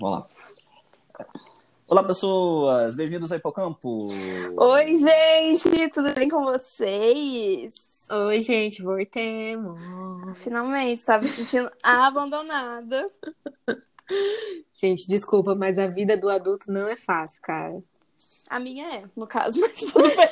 Vamos lá. Olá, pessoas! Bem-vindos ao Hipocampo! Oi, gente! Tudo bem com vocês? Oi, gente, voltemos. Finalmente, estava me sentindo abandonada. Gente, desculpa, mas a vida do adulto não é fácil, cara. A minha é, no caso, mas tudo bem.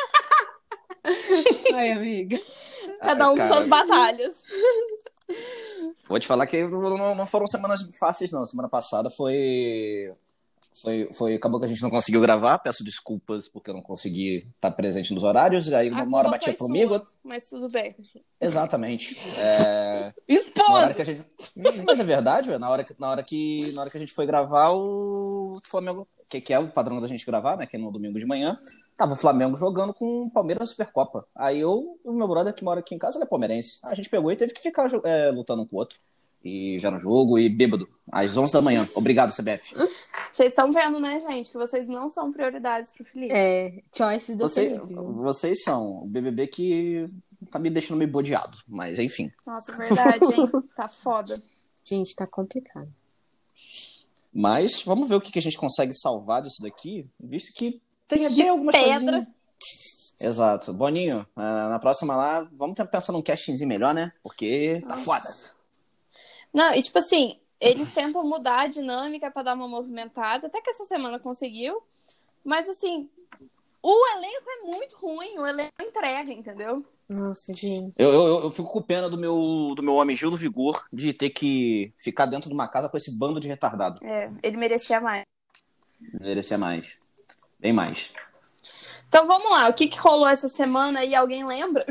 Ai, amiga. Cada um com suas batalhas. Vou te falar que não foram semanas fáceis, não. Semana passada foi. Acabou que a gente não conseguiu gravar. Peço desculpas porque eu não consegui estar presente nos horários. Aí uma hora batia comigo. Sua, mas tudo bem. Exatamente. Explode! Que a gente... Mas é verdade, ué. Na hora que a gente foi gravar o Flamengo, que é o padrão da gente gravar, né? Que é no domingo de manhã, tava o Flamengo jogando com o Palmeiras na Supercopa. Aí o meu brother que mora aqui em casa, ele é palmeirense. A gente pegou e teve que ficar lutando um com o outro. E já no jogo, e bêbado, às 11 da manhã. Obrigado, CBF. Vocês estão vendo, né, gente, que vocês não são prioridades pro Felipe. Choices do Felipe. Vocês são o BBB que tá me deixando meio bodeado, mas enfim. Nossa, verdade, hein? Tá foda. Gente, tá complicado. Mas vamos ver o que a gente consegue salvar disso daqui, visto que tem algumas pedra. Coisinhas. Exato. Boninho, na próxima lá, vamos pensar num castingzinho melhor, né? Porque tá foda. Não, e tipo assim, eles tentam mudar a dinâmica pra dar uma movimentada, até que essa semana conseguiu. Mas assim, o elenco é muito ruim, o elenco entrega, entendeu? Nossa, gente. Eu fico com pena do meu homem Gil do Vigor de ter que ficar dentro de uma casa com esse bando de retardado. Ele merecia mais. Merecia mais. Bem mais. Então vamos lá, o que rolou essa semana e alguém lembra?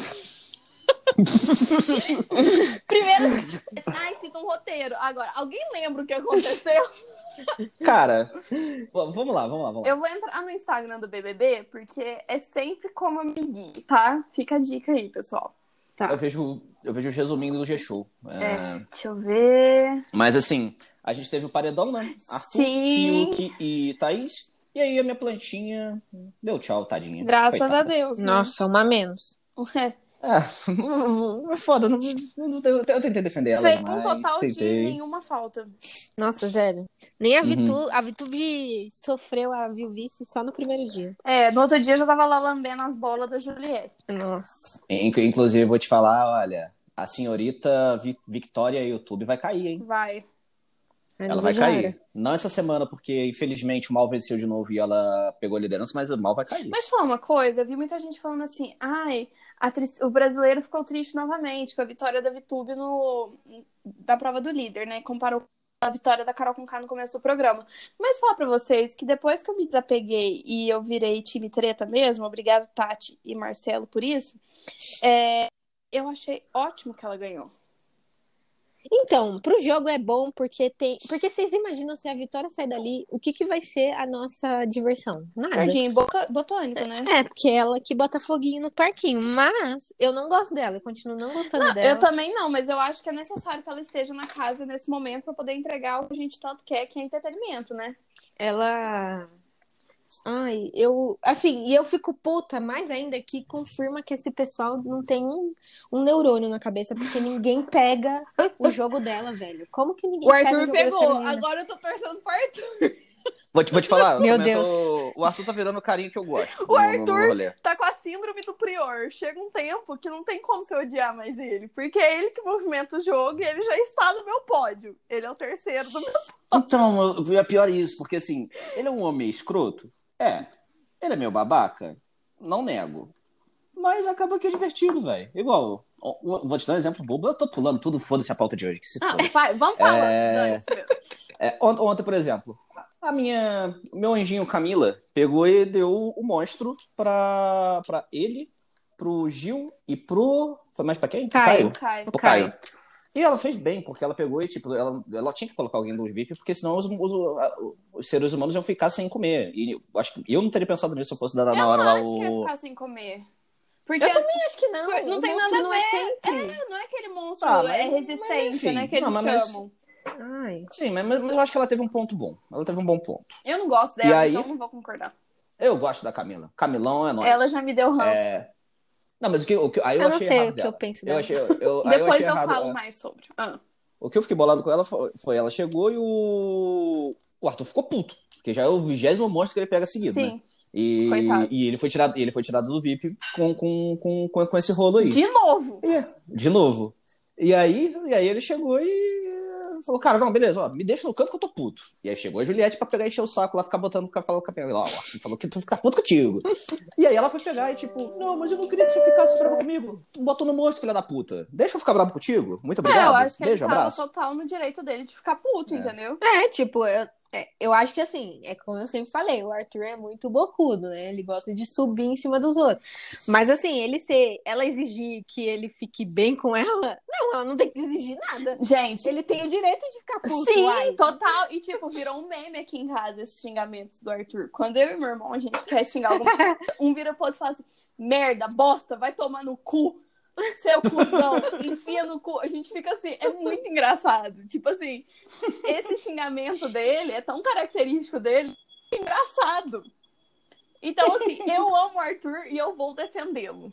Primeiro, fiz um roteiro. Agora, alguém lembra o que aconteceu? Cara, vamos lá. Eu vou entrar no Instagram do BBB, porque é sempre como eu me guio, tá? Fica a dica aí, pessoal. Tá. Eu vejo os resuminhos do G-Show. Deixa eu ver... Mas assim, a gente teve o paredão, né? Arthur, Fiuk e Thaís. E aí a minha plantinha deu tchau, tadinha. Graças a Deus, né? Nossa, uma menos. Foda, eu tentei defender ela. Fez um total de nenhuma falta. Nossa, zero. Nem a Vitube sofreu a Vilvice só no primeiro dia. No outro dia eu já tava lá lambendo as bolas da Juliette. Nossa. Inclusive, vou te falar, olha, a senhorita Victoria YouTube vai cair, hein? Vai. Ela vai cair. Não essa semana, porque infelizmente o Mal venceu de novo e ela pegou a liderança, mas o Mal vai cair. Mas fala uma coisa, eu vi muita gente falando assim, o brasileiro ficou triste novamente com a vitória da Vitube da prova do líder, né? Comparou com a vitória da Carol Conká no começo do programa. Mas falar pra vocês que depois que eu me desapeguei e eu virei time treta mesmo, obrigada Tati e Marcelo por isso, eu achei ótimo que ela ganhou. Então, pro jogo é bom porque vocês imaginam se a Vitória sair dali, o que vai ser a nossa diversão? Nada. Jardim botânico, né? Porque ela que bota foguinho no parquinho. Mas eu não gosto dela, eu continuo não gostando dela. Eu também não, mas eu acho que é necessário que ela esteja na casa nesse momento pra poder entregar o que a gente tanto quer, que é entretenimento, né? Ela... e eu fico puta mais ainda que confirma que esse pessoal não tem um neurônio na cabeça, porque ninguém pega o jogo dela, velho. Como que ninguém pega o jogo dessa menina? O Arthur pegou, agora eu tô torcendo pro Arthur. Vou te falar, meu Deus. O Arthur tá virando o carinha que eu gosto. O Arthur tá com a síndrome do prior. Chega um tempo que não tem como você odiar mais ele, porque é ele que movimenta o jogo e ele já está no meu pódio. Ele é o terceiro do meu pódio. Então, é pior isso, porque assim, ele é um homem escroto? Ele é meio babaca? Não nego. Mas acaba que é divertido, velho. Igual, vou te dar um exemplo bobo, eu tô pulando tudo, foda-se a pauta de hoje. Vamos falar. Ontem, por exemplo, meu anjinho Camila pegou e deu o monstro pra ele, pro Gil e pro... Foi mais pra quem? Caio. Pro Caio. E ela fez bem, porque ela pegou e, tipo, ela tinha que colocar alguém do VIP, porque senão os seres humanos iam ficar sem comer. E eu acho que eu não teria pensado nisso se eu fosse dar na hora lá o... Eu acho que ia ficar sem comer. Porque eu também acho que não. Não tem nada a ver. Não é sempre. Não é aquele monstro, resistência, né, que eles chamam. Sim, mas eu acho que ela teve um ponto bom. Ela teve um bom ponto. Eu não gosto dela, então não vou concordar. Eu gosto da Camila. Camilão é nóis. Ela já me deu ranço. Não, mas aí eu não sei o que eu penso dela. Depois eu falo mais sobre. O que eu fiquei bolado com ela foi ela chegou e o Arthur ficou puto, porque já é o 20º monstro que ele pega seguido, Sim. né? E ele foi tirado do VIP com esse rolo aí. De novo. De novo. E aí ele chegou e falou, cara, não, beleza, ó, me deixa no canto que eu tô puto. E aí chegou a Juliette pra pegar e encher o saco lá, ficar falando com a Pega. Ó, falou que tu fica puto contigo. E aí ela foi pegar e tipo, não, mas eu não queria que você ficasse bravo comigo. Tu botou no monstro, filha da puta. Deixa eu ficar bravo contigo. Muito obrigado. Eu acho que Beijo, ele tava abraço. total no direito dele de ficar puto, entendeu? Tipo, eu acho que assim, é como eu sempre falei, o Arthur é muito bocudo, né? Ele gosta de subir em cima dos outros. Mas assim, ela exigir que ele fique bem com ela, não, ela não tem que exigir nada. Gente, Ele tem o direito de ficar puto. sim, uai. total. E tipo, virou um meme aqui em casa esses xingamentos do Arthur. Quando eu e meu irmão, a gente quer xingar alguma coisa, um vira pro outro e fala assim, merda, bosta, vai tomar no cu. Seu cuzão, enfia no cu. A gente fica assim, é muito engraçado. Tipo assim, esse xingamento dele é tão característico dele, é engraçado. Então, assim, eu amo o Arthur e eu vou defendê-lo.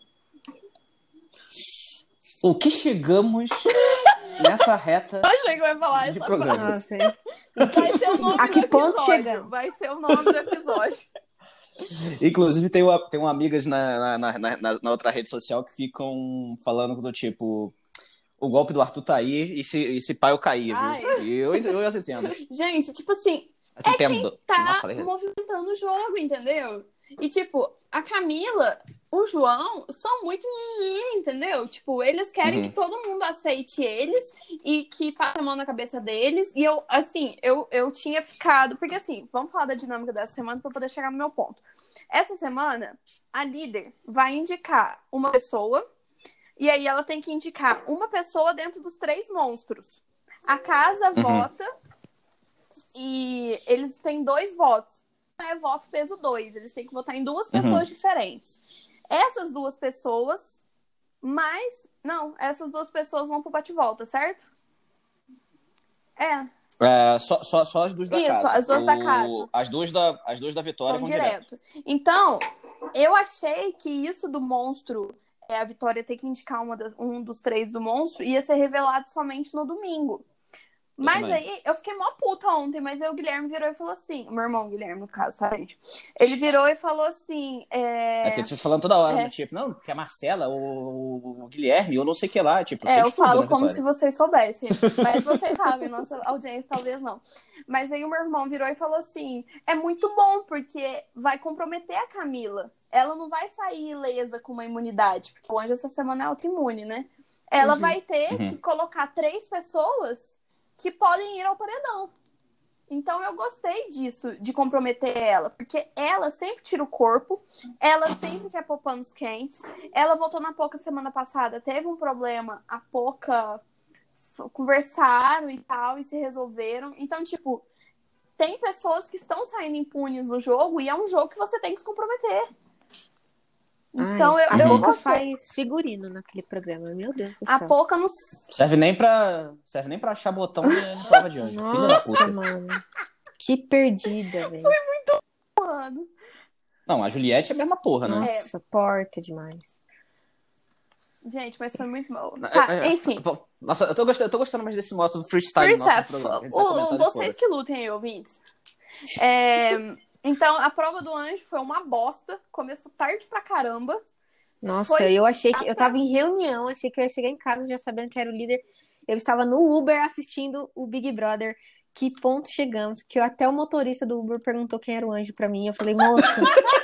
O que chegamos nessa reta Eu achei que eu ia falar de essa programa. frase. Nossa, Vai ser o nome A que do ponto episódio. chegamos? Vai ser o nome do episódio. Inclusive, tem amigas na outra rede social que ficam falando do tipo, o golpe do Arthur tá aí e se pá eu cair, viu? Ai. E eu as entendo. Gente, tipo assim, Entendo. tá Nossa, falei. movimentando o jogo, entendeu? E, tipo, a Camila, o João, são muito mimimi, entendeu? Tipo, eles querem que todo mundo aceite eles e que passe a mão na cabeça deles. E eu, assim, eu tinha ficado... Porque, assim, vamos falar da dinâmica dessa semana pra eu poder chegar no meu ponto. Essa semana, a líder vai indicar uma pessoa e aí ela tem que indicar uma pessoa dentro dos 3 monstros. A casa vota e eles têm 2 votos. É voto peso 2. Eles têm que votar em 2 pessoas diferentes. Essas 2 pessoas, essas 2 pessoas vão pro bate-volta, certo? Só as duas da casa. Isso, as 2 da casa. As duas da Vitória vão direto. Então, eu achei que isso do monstro, a Vitória ter que indicar um dos 3 do monstro, ia ser revelado somente no domingo. Mas aí, eu fiquei mó puta ontem, mas aí o Guilherme virou e falou assim, o meu irmão Guilherme, no caso, tá, gente? Ele virou e falou assim, É que você falando toda hora, tipo, não, que a Marcela, o Guilherme, ou não sei o que lá, tipo, eu falo tudo, como Vitória. se vocês soubessem, mas vocês sabem, nossa audiência talvez não. Mas aí o meu irmão virou e falou assim, é muito bom, porque vai comprometer a Camila. Ela não vai sair ilesa com uma imunidade, porque o Anjo essa semana é autoimune, né? Ela vai ter que colocar 3 pessoas que podem ir ao paredão. Então eu gostei disso, de comprometer ela, porque ela sempre tira o corpo, ela sempre quer pôr panos quentes, ela voltou na Poca semana passada, teve um problema, a Poca conversaram e tal, e se resolveram. Então, tipo, tem pessoas que estão saindo impunes no jogo, e é um jogo que você tem que se comprometer. Então, a eu Poca gostei. faz figurino naquele programa, meu Deus do céu. A Poca não... Serve nem pra achar botão na prova de anjo. Filha da puta. Nossa, mano. Que perdida, velho. Mano. Não, a Juliette é a mesma porra, né? Nossa, porta demais. Gente, mas foi muito bom. Tá, enfim. Nossa, eu tô gostando mais desse nosso freestyle do nosso programa. A gente sai comentando Vocês depois. que lutem aí, ouvintes. Então, a prova do anjo foi uma bosta. Começou tarde pra caramba. Nossa, eu achei que... Eu tava em reunião, achei que eu ia chegar em casa já sabendo que era o líder. Eu estava no Uber assistindo o Big Brother. Que ponto chegamos? Que até o motorista do Uber perguntou quem era o anjo pra mim. Eu falei, moço...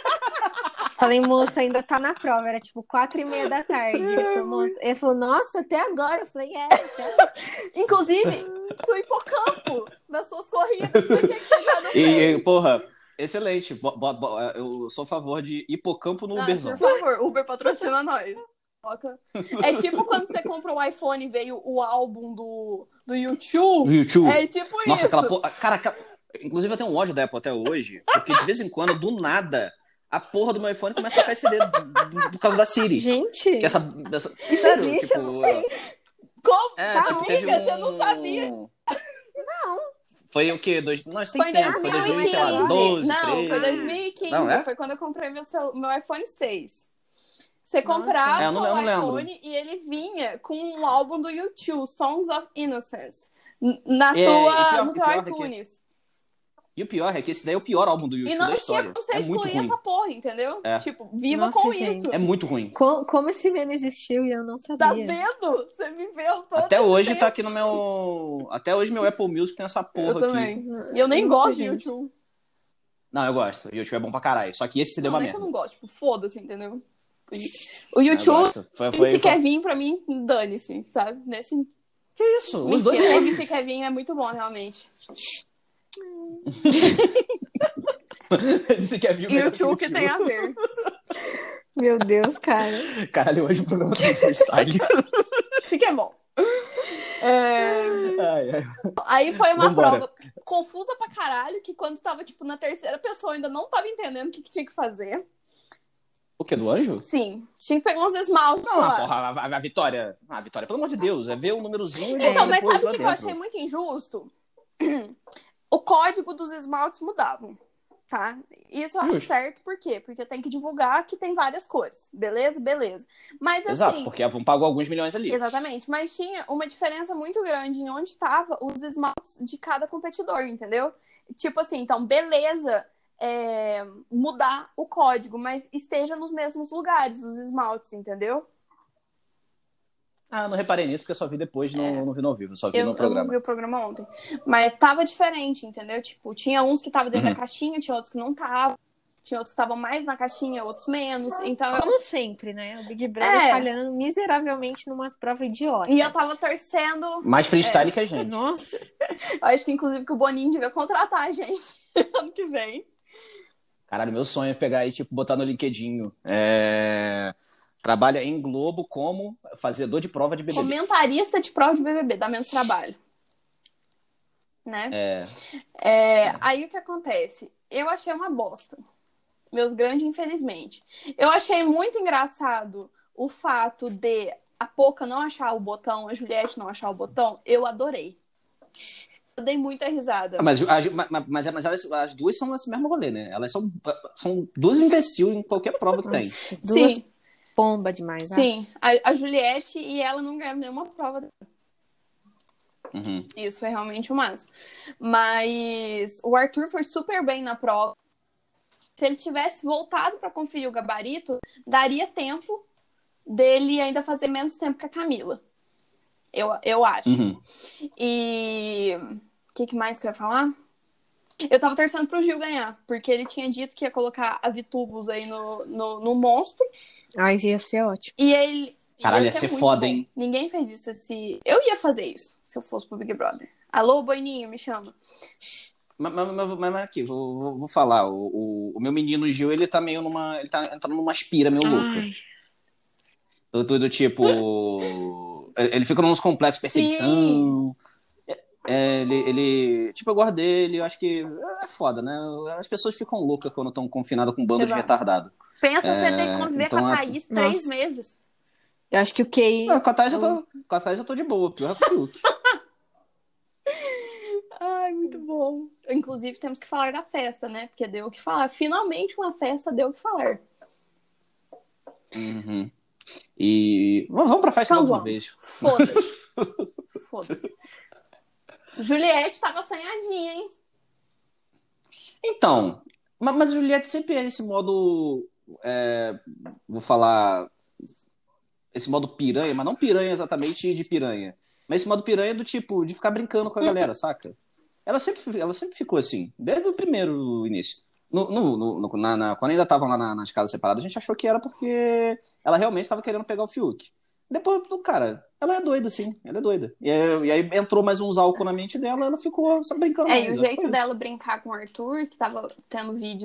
ainda tá na prova. Era tipo 4:30 da tarde. Ele falou, nossa, até agora. Eu falei, Inclusive, o hipocampo nas suas corridas. Por que você tá no meio? Porra, excelente. Eu sou a favor de hipocampo no Uberzão. Por favor, Uber patrocina nós. É tipo quando você compra um iPhone e veio o álbum do YouTube. É tipo isso. Nossa, aquela porra... Cara, inclusive eu tenho um ódio da Apple até hoje, porque de vez em quando, do nada, a porra do meu iPhone começa a tocar CD por causa da Siri. gente... Que essa... Isso Sério, existe, tipo... eu não sei. Como? Teve Você não sabia? Não. Foi o quê? Não, isso tem Foi tempo. Foi 2012, Não, 13. foi 2015. Não, é? Foi quando eu comprei meu iPhone 6. Você Nossa. comprava Eu não o lembro. iPhone e ele vinha com um álbum do YouTube, Songs of Innocence, no teu iTunes. E o pior é que esse daí é o pior álbum do E YouTube não da tinha história. como você É muito excluir ruim. essa porra, entendeu? É. Tipo, viva Nossa, com gente. isso. É muito ruim. Como esse meme existiu e eu não Tá sabia. vendo? Você viveu todo Até esse hoje tempo. tá aqui no meu... Até hoje meu Apple Music tem essa porra Eu aqui. também. E eu nem Nossa, gosto de gente. YouTube. Não, eu gosto. O YouTube é bom pra caralho. Só que esse CD é Não, uma nem que merda. eu não gosto. Tipo, foda-se, entendeu? O Eu YouTube, gosto. se quer vir, pra mim, dane-se, sabe? Nesse... Que isso? Os dois Mentira, são MC Kevin é muito bom, realmente. Você quer ver E o tio que tem a ver. Meu Deus, cara. Caralho, hoje o programa tem freestyle. Isso que é bom. Ai, ai. Aí foi uma Vambora. prova confusa pra caralho, que quando tava, tipo, na terceira pessoa, ainda não tava entendendo o que tinha que fazer. O que, do anjo? Sim, tinha que pegar uns esmaltes Não, lá. porra, a Vitória. A Vitória, pelo amor de Deus, é ver um númerozinho e Então, botar mas depois sabe lá o que eu dentro. achei muito injusto? O código dos esmaltes mudavam, tá? Isso eu acho Justo. certo, por quê? Porque tem que divulgar que tem várias cores. Beleza? Beleza. Mas Exato, assim... porque pagou alguns milhões ali. Exatamente, mas tinha uma diferença muito grande em onde estavam os esmaltes de cada competidor, entendeu? Tipo assim, então, beleza mudar o código, mas esteja nos mesmos lugares os esmaltes, entendeu? Ah, não reparei nisso, porque eu só vi depois, não vi no ao vivo, só vi Eu no não programa. vi o programa ontem. Mas tava diferente, entendeu? Tipo, tinha uns que estavam dentro da caixinha, tinha outros que não estavam. Tinha outros que estavam mais na caixinha, outros menos. Então, Como sempre, né? O Big Brother falhando miseravelmente numas provas idiotas. E eu tava torcendo... Mais freestyle que a gente. Nossa. Eu acho que, inclusive, que o Boninho devia contratar a gente ano que vem. Caralho, meu sonho é pegar e, tipo, botar no LinkedIn. Trabalha em Globo como fazedor de prova de BBB. Comentarista de prova de BBB, dá menos trabalho. Né? Aí o que acontece? Eu achei uma bosta. Meus grandes, infelizmente. Eu achei muito engraçado o fato de a Poca não achar o botão, a Juliette não achar o botão. Eu adorei. Eu dei muita risada. Mas as duas são esse mesmo rolê, né? Elas são duas imbecil em qualquer prova que tem. Duas Sim. Pomba demais. Sim. A Juliette e ela não ganharam nenhuma prova. Uhum. Isso foi realmente o máximo. Mas o Arthur foi super bem na prova. Se ele tivesse voltado para conferir o gabarito, daria tempo dele ainda fazer menos tempo que a Camila. Eu acho. Uhum. E o que mais que eu ia falar? Eu tava torcendo pro Gil ganhar, porque ele tinha dito que ia colocar a Vitubus aí no monstro. Ai, ia ser ótimo. E ele... Caralho, ia ser muito foda, bom. hein? Ninguém fez isso. Eu ia fazer isso, se eu fosse pro Big Brother. Alô, Boininho, me chama. Mas aqui, vou falar. O meu menino Gil, ele tá meio numa... Ele tá entrando numa aspira meio louca. Do tipo... Ele fica nos complexos de perseguição. Ele... Tipo, eu gosto dele. Eu acho que é foda, né? As pessoas ficam loucas quando estão confinadas com um bando de retardado. Pensa você ter que conviver com a Thaís 3 meses. Eu acho que o QI... Não, com a Thaís eu tô de boa. Pior que o Fiuk. Ai, muito bom. Inclusive, temos que falar da festa, né? Porque deu o que falar. Finalmente, uma festa deu o que falar. Uhum. E... Vamos pra festa Então, mais uma vez. Foda-se. Juliette tava assanhadinha, hein? Então, mas a Juliette sempre é esse modo... vou falar... Esse modo piranha, mas não piranha exatamente de piranha. Mas esse modo piranha do tipo, de ficar brincando com a galera, saca? Ela sempre ficou assim, desde o primeiro início. Quando ainda estavam lá nas casas separadas, a gente achou que era porque ela realmente estava querendo pegar o Fiuk. Depois, cara, ela é doida, sim. Ela é doida. E aí entrou mais uns álcool na mente dela, ela ficou só brincando mais. E o jeito dela brincar com o Arthur, que tava tendo vídeo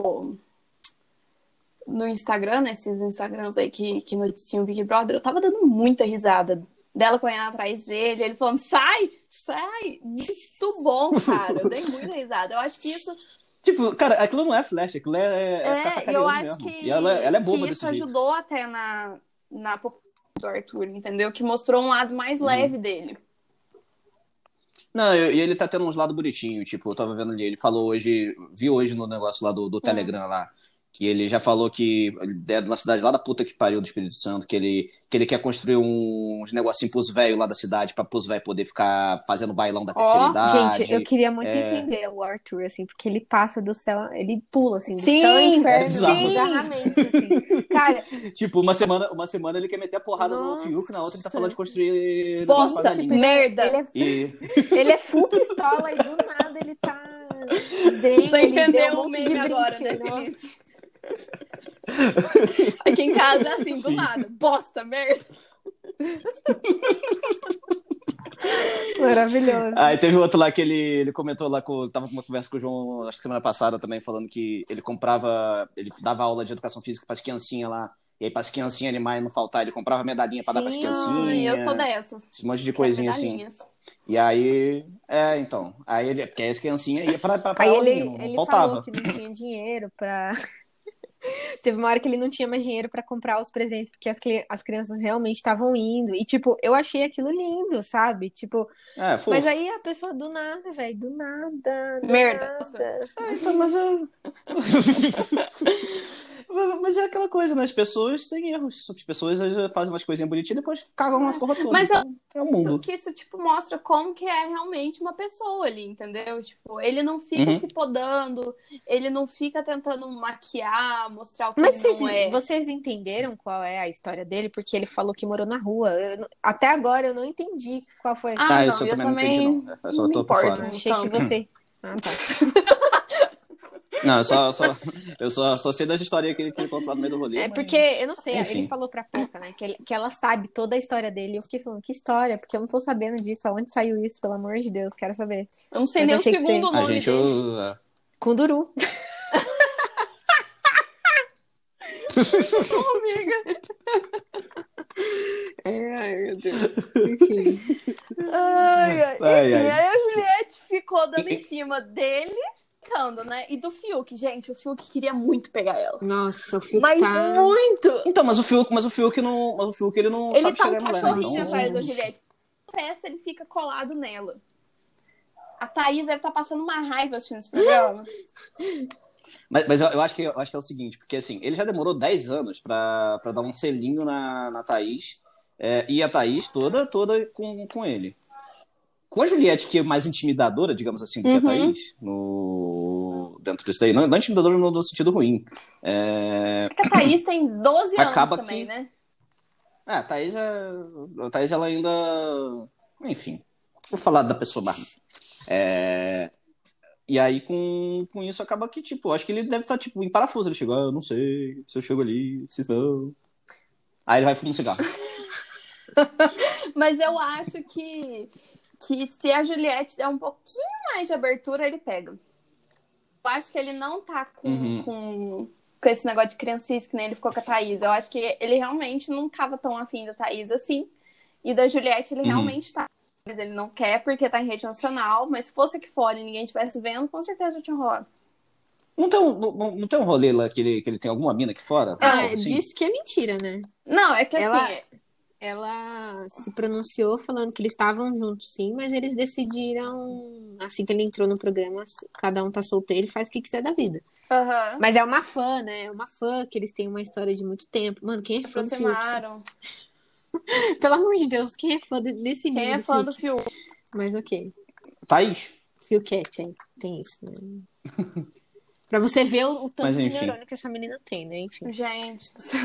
no Instagram, né? Esses Instagrams aí que noticiam o Big Brother, eu tava dando muita risada dela correndo atrás dele, ele falando, sai! Muito bom, cara. Eu dei muita risada. Eu acho que isso... Tipo, cara, aquilo não é flash, aquilo é ficar sacaneando eu acho mesmo. que, E ela é boba que desse isso jeito. ajudou até na popularidade do Arthur, entendeu? Que mostrou um lado mais leve dele. Não, e ele tá tendo uns lados bonitinhos, tipo, eu tava vendo ali, ele falou hoje, vi hoje no negócio lá do Telegram lá, Que ele já falou que ele é de uma cidade lá da puta que pariu do Espírito Santo, que ele quer construir uns negocinhos pros velhos lá da cidade, pra pros velhos poder ficar fazendo bailão da terceira Ó, Gente, eu idade. queria muito entender o Arthur, assim, porque ele passa do céu, ele pula, assim, do Sim, céu ao É inferno, bizarro. bizarramente, assim. Cara, Tipo, uma semana ele quer meter a porrada no Fiuk, na outra ele tá falando de construir negócio pra bosta, galinha. merda. E ele é full pistola e do nada ele tá zen, Você ele deu entendeu um o monte meme de agora, né, brinquedo. Nossa. Felipe? Aqui em casa é assim, do nada. Bosta, merda. Maravilhoso. aí teve outro lá que ele comentou lá, tava com uma conversa com o João, acho que semana passada também, falando que ele dava aula de educação física pras criancinhas lá, e aí pras criancinhas animais não faltar, ele comprava medalhinha pra dar pras Sim, criancinhas. Eu sou dessas. Esse monte de Quero coisinha assim. medalhinhas. E aí, então, aí ele, porque as criancinhas ia pra Aí aulinha, não ele faltava. falou que não tinha dinheiro pra. Teve uma hora que ele não tinha mais dinheiro pra comprar os presentes, porque as crianças realmente estavam indo. E, tipo, eu achei aquilo lindo, sabe? Tipo, Fofo. mas aí a pessoa do nada, velho, do nada, do Merda. nada. Então, mas é aquela coisa, né? As pessoas têm erros. As pessoas fazem umas coisinhas bonitinhas e depois cagam umas porra toda. Mas então, é o mundo. isso, tipo, mostra como que é realmente uma pessoa ali, entendeu? Tipo, ele não fica se podando, ele não fica tentando maquiar, mostrar o que Mas ele não é. vocês entenderam qual é a história dele? Porque ele falou que morou na rua. Até agora eu não entendi qual foi. Ah, isso não, eu também não entendi, não. Eu só não me tô por importo. fora. Achei que Então, você. Ah, tá. Não, eu só sei das histórias que ele conta lá no meio do rolê. É mas- porque, eu não sei, Enfim. ele falou pra Poca, né, que ela sabe toda a história dele. E eu fiquei falando, que história? Porque eu não tô sabendo disso. Aonde saiu isso? Pelo amor de Deus, quero saber. eu não sei Mas nem o achei que segundo você- A nome gente, dele. Kunduru. Amiga. Ai, meu Deus. Enfim. Ai, Ai, ai. Enfim, aí a Juliette ficou dando E- em cima dele, ficando, né? E do Fiuk, gente, o Fiuk queria muito pegar ela. Nossa, o Fiuk Mas tá... muito! Então, mas o Fiuk não. Mas o Fiuk ele não Ele sabe tá chegar um em mulher, cachorrinho então- atrás da Juliette. Na festa, ele fica colado nela. A Thaís deve estar passando uma raiva assistindo esse programa. Mas eu acho que é o seguinte, porque assim, ele já demorou 10 anos pra dar um selinho na Thaís, e a Thaís toda com ele. Com a Juliette, que é mais intimidadora, digamos assim, do que a Thaís, dentro disso daí, não intimidadora no sentido ruim. Porque a Thaís tem 12 anos Acaba também, que- né? A Thaís, ela ainda... Enfim, vou falar da pessoa mais... E aí, com isso, acaba que, tipo, acho que ele deve estar, tipo, em parafuso. Ele chegou, eu não sei se eu chego ali, se não... Aí ele vai fumar um cigarro. Mas eu acho que se a Juliette der um pouquinho mais de abertura, ele pega. Eu acho que ele não tá com esse negócio de criancice, que nem ele ficou com a Thaís. Eu acho que ele realmente não tava tão afim da Thaís assim. E da Juliette, ele realmente tá. Mas ele não quer porque tá em rede nacional. Mas se fosse aqui fora e ninguém estivesse vendo, com certeza já tinha rolado. Não tem um rolê lá que ele tem alguma mina aqui fora? Algo assim? Disse que é mentira, né? Não, é que Ela- assim... Ela se pronunciou falando que eles estavam juntos, sim, mas eles decidiram, assim que ele entrou no programa, cada um tá solteiro e faz o que quiser da vida. Aham. Mas é uma fã, né? É uma fã que eles têm uma história de muito tempo. Mano, quem é Se fã do Fiuk? aproximaram. Pelo amor de Deus, quem é fã desse Quem nível é do fã do Fiuk? Fiuk? Mas ok. Thaís? Fiukette, hein? Tem isso, né? Pra você ver o tanto Mas, de enfim. neurônio que essa menina tem, né? Enfim. Gente do céu.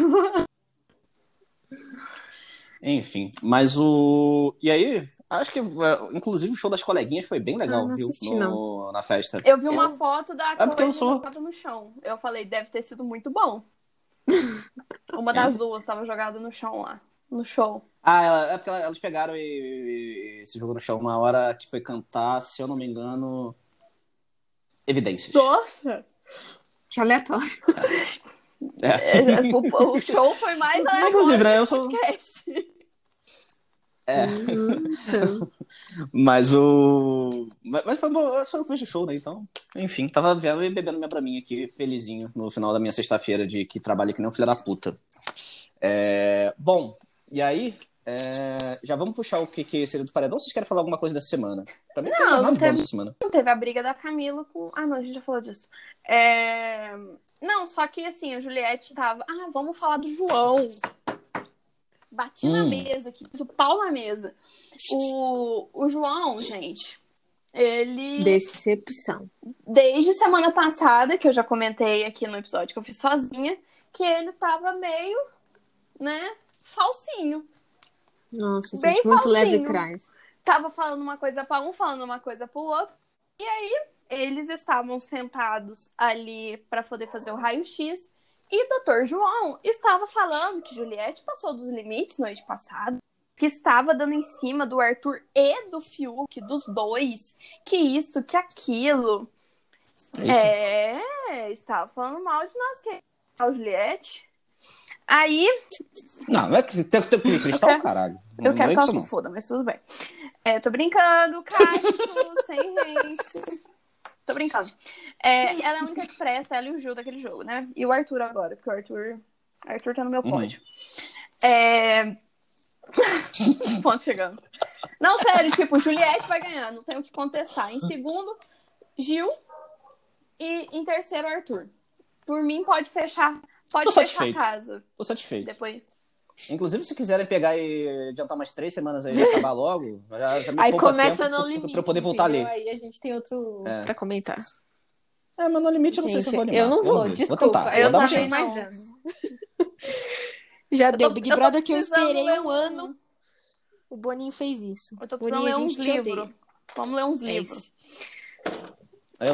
Enfim, mas o... E aí, acho que, inclusive, o show das coleguinhas foi bem legal, não viu? assisti, não. Na festa. Eu vi uma foto da porque eu coisa sou- jogada no chão. Eu falei, deve ter sido muito bom. Uma das duas estava jogada no chão lá, no show. É porque elas pegaram e se jogou no chão na hora que foi cantar, se eu não me engano, Evidências. Nossa! Que aleatório. O show foi mais Inclusive, né, eu do sou... podcast. Mas o... Mas foi bom, foi o começo do show, né? Então, enfim, tava vendo e bebendo minha braminha aqui, felizinho, no final da minha sexta-feira de que trabalho que nem um filho da puta. Bom, e aí, Já vamos puxar o que seria do paredão, ou vocês querem falar alguma coisa dessa semana? Pra mim, Não teve essa semana. não teve a briga da Camila com... Ah, não, a gente já falou disso. Não, só que assim, a Juliette tava... Ah, vamos falar do João. Bati na mesa aqui, pus o pau na mesa. O João, gente, ele... Decepção. Desde semana passada, que eu já comentei aqui no episódio que eu fiz sozinha, que ele tava meio, né, falsinho. Nossa, Bem gente, muito falsinho. leve trás. Tava falando uma coisa pra um, falando uma coisa pro outro. E aí, eles estavam sentados ali pra poder fazer o raio-x. E o Dr. João estava falando que Juliette passou dos limites noite passada. Que estava dando em cima do Arthur e do Fiuk, dos dois. Que isso, que aquilo. Estava falando mal de nós, que a Juliette. Aí... Não é que tem cristal, caralho. Eu quero que ela se não. foda, mas tudo bem. Tô brincando, Cacho, sem gente. Tô brincando. Ela é a única que presta, ela e o Gil daquele jogo, né? E o Arthur agora, porque o Arthur tá no meu pódio. Ponto chegando. Não, sério, tipo, Juliette vai ganhar, não tem o que contestar. Em segundo, Gil. E em terceiro, Arthur. Por mim, pode fechar a casa. Tô satisfeito. Depois... Inclusive, se quiserem pegar e adiantar umas 3 semanas aí e acabar logo, já me aí poupa começa tempo no limite, pra eu poder voltar a ler. Aí a gente tem outro pra comentar. Mas no limite eu não sei se eu vou animar. Eu não vou, Vamos ver. desculpa. Vou tentar, eu vou dar uma não chance. mais ano. Já deu. Big Brother que eu precisando esperei ler um ano. O Boninho fez isso. Eu tô precisando ler uns livros. Vamos ler uns livros. Eu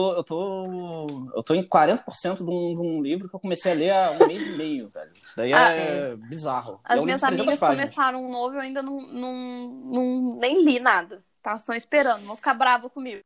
tô em 40% de um livro que eu comecei a ler há 1 mês e meio, velho. Isso daí é bizarro. As minhas amigas começaram um novo e eu ainda nem li nada. Tá? Estão esperando, vão ficar bravos comigo.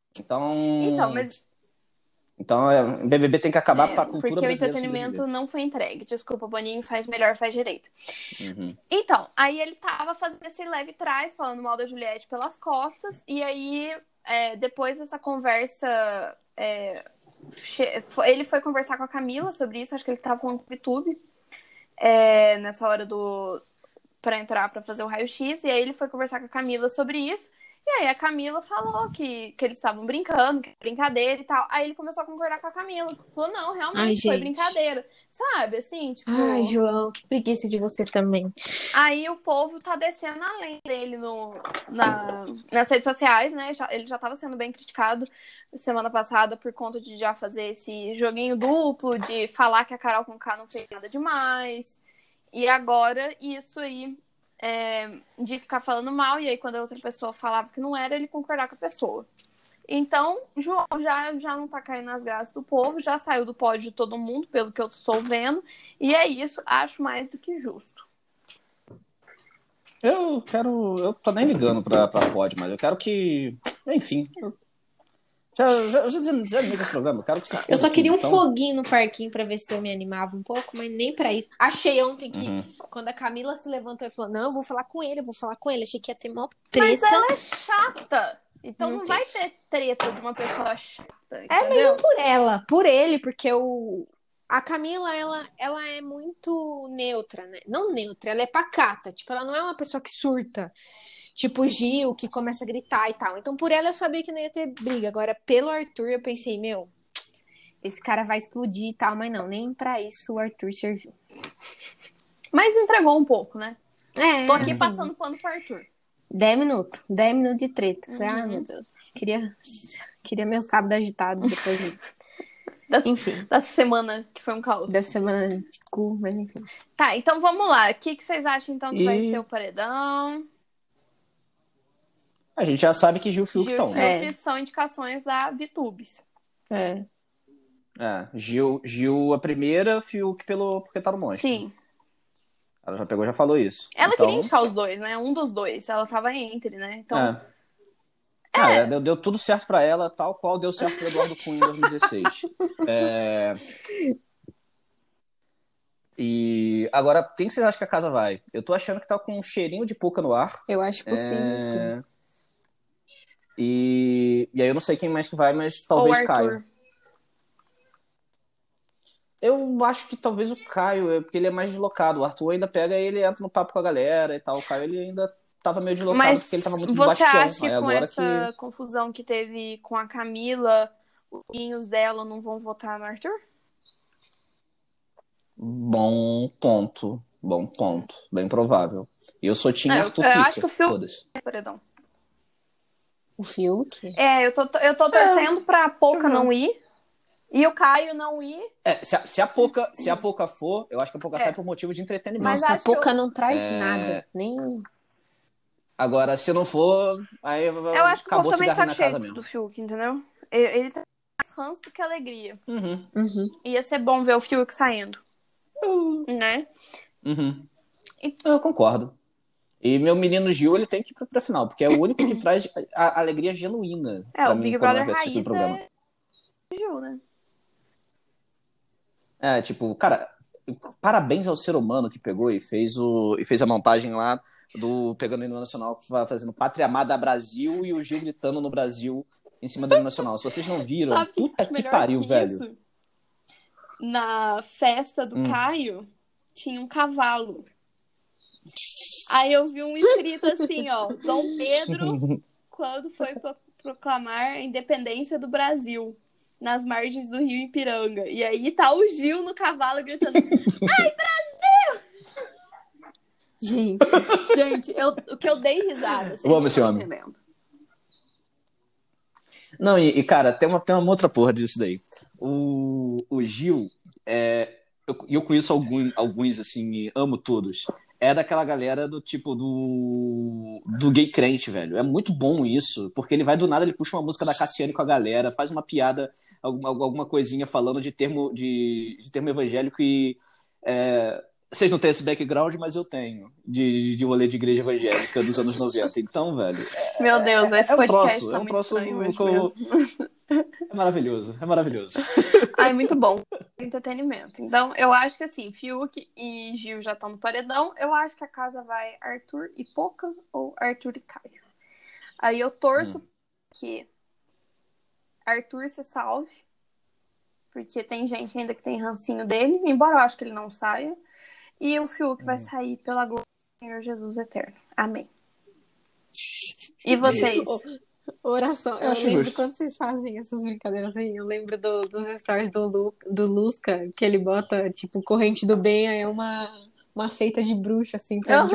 Então, BBB tem que acabar pra cultura porque o brasileira. entretenimento não foi entregue. Desculpa, Boninho, faz melhor, faz direito. Então, aí ele tava fazendo esse leve trás, falando mal da Juliette pelas costas, e aí... depois dessa conversa, ele foi conversar com a Camila sobre isso, acho que ele tava falando com o VTube, nessa hora pra entrar pra fazer o raio-x, e aí ele foi conversar com a Camila sobre isso, e aí a Camila falou que eles estavam brincando, que era brincadeira e tal, aí ele começou a concordar com a Camila, falou, não, realmente foi brincadeira, sabe, assim, tipo... Ai, João, que preguiça de você também. Aí o povo tá descendo além dele nas redes sociais, né? Ele já tava sendo bem criticado semana passada por conta de já fazer esse joguinho duplo, de falar que a Carol Conká não fez nada demais. E agora, isso aí, de ficar falando mal, e aí quando a outra pessoa falava que não era, ele concordar com a pessoa. Então, João já não tá caindo nas graças do povo, já saiu do pódio de todo mundo, pelo que eu estou vendo, e é isso, acho mais do que justo. Eu tô nem ligando pra pódio, mas eu quero que, enfim, já dizendo desse programa, eu quero que eu só queria um foguinho no parquinho pra ver se eu me animava um pouco, mas nem pra isso. Achei ontem que, quando a Camila se levantou e falou, não, eu vou falar com ele, achei que ia ter mó treta. Mas ela é chata. Então não vai ter treta de uma pessoa chata, entendeu? Mas não por ela, por ele, porque a Camila, ela é muito neutra, né? Não neutra, ela é pacata. Tipo, ela não é uma pessoa que surta. Tipo o Gil, que começa a gritar e tal. Então, por ela, eu sabia que não ia ter briga. Agora, pelo Arthur, eu pensei, esse cara vai explodir e tal. Mas não, nem pra isso o Arthur serviu. Mas entregou um pouco, né? Tô aqui assim, passando pano pro Arthur. 10 minutos de treta. Falei, meu Deus. Queria meu sábado agitado depois disso. Enfim. Dessa semana que foi um caos. Dessa semana de cu, mas enfim. Tá, então vamos lá. O que vocês acham, então, que vai ser o paredão? A gente já sabe que Gil e Fiuk estão. São indicações da VTubes. Gil a primeira, Fiuk porque tá no monstro. Sim. Ela já pegou, já falou isso. Ela queria indicar os dois, né? Um dos dois. Ela tava entre, né? Então... deu tudo certo pra ela, tal qual deu certo pro Eduardo Cunha em 2016. E agora, quem que vocês acham que a casa vai? Eu tô achando que tá com um cheirinho de Puca no ar. Eu acho possível, sim. E aí eu não sei quem mais que vai, mas talvez caia. Eu acho que talvez o Caio, porque ele é mais deslocado. O Arthur ainda pega e ele entra no papo com a galera e tal. O Caio, ele ainda tava meio deslocado porque ele Mas tava muito de você bastião. acha que Aí com agora que... essa confusão que teve com a Camila, os filhinhos dela não vão votar no Arthur? Bom ponto. Bom ponto. Bem provável. E eu sou time Arthur Eu acho que Fica. o Fiuk Foda-se. paredão. O Fiuk? Eu tô torcendo pra Pouca não ir e o Caio não ir. Se a Poca for, eu acho que a Poca sai por motivo de entretenimento. Mas Nossa, a acho que Poca não traz nada. Nem. Agora, se não for, aí eu acho que o povo acabou também tá cigarro na casa cheio mesmo. do Fiuk, entendeu? Ele tá mais ranço do que alegria. Uhum. Ia ser bom ver o Fiuk saindo. Né? Uhum. Eu concordo. E meu menino Gil, ele tem que ir pra final, porque é o único que traz a alegria genuína pra O mim Big quando Brother eu assisto o Raiz programa. é Gil, né? Tipo, cara, parabéns ao ser humano que pegou e fez a montagem lá do pegando o hino nacional, fazendo Pátria Amada Brasil e o Gil gritando no Brasil em cima do hino nacional. Se vocês não viram, Sabe puta que melhor pariu, que velho. isso? Na festa do Caio, tinha um cavalo. Aí eu vi um escrito assim, ó, Dom Pedro, quando foi proclamar a independência do Brasil, nas margens do rio Ipiranga. E aí tá o Gil no cavalo gritando, ai, Brasil! Gente, o que eu dei risada, vocês não estão entendendo. Não, cara, tem uma outra porra disso daí. O Gil, eu conheço alguns, assim, amo todos. É daquela galera do tipo do gay crente, velho. É muito bom isso, porque ele vai do nada, ele puxa uma música da Cassiane com a galera, faz uma piada, alguma coisinha falando de termo evangélico e... vocês não têm esse background, mas eu tenho, de rolê de igreja evangélica dos anos 90. Então, velho... Meu Deus, esse podcast tá muito estranho hoje mesmo. É maravilhoso. Ai, muito bom. Entretenimento. Então, eu acho que assim, Fiuk e Gil já estão no paredão. Eu acho que a casa vai Arthur e Poca ou Arthur e Caio. Aí eu torço que Arthur se salve, porque tem gente ainda que tem rancinho dele, embora eu acho que ele não saia. E o Fiuk vai sair pela glória do Senhor Jesus Eterno. Amém. E vocês? Oração. Eu lembro quando vocês fazem essas brincadeiras assim, eu lembro dos stories do Lusca, que ele bota, tipo, corrente do bem, aí é uma seita de bruxa, assim, pra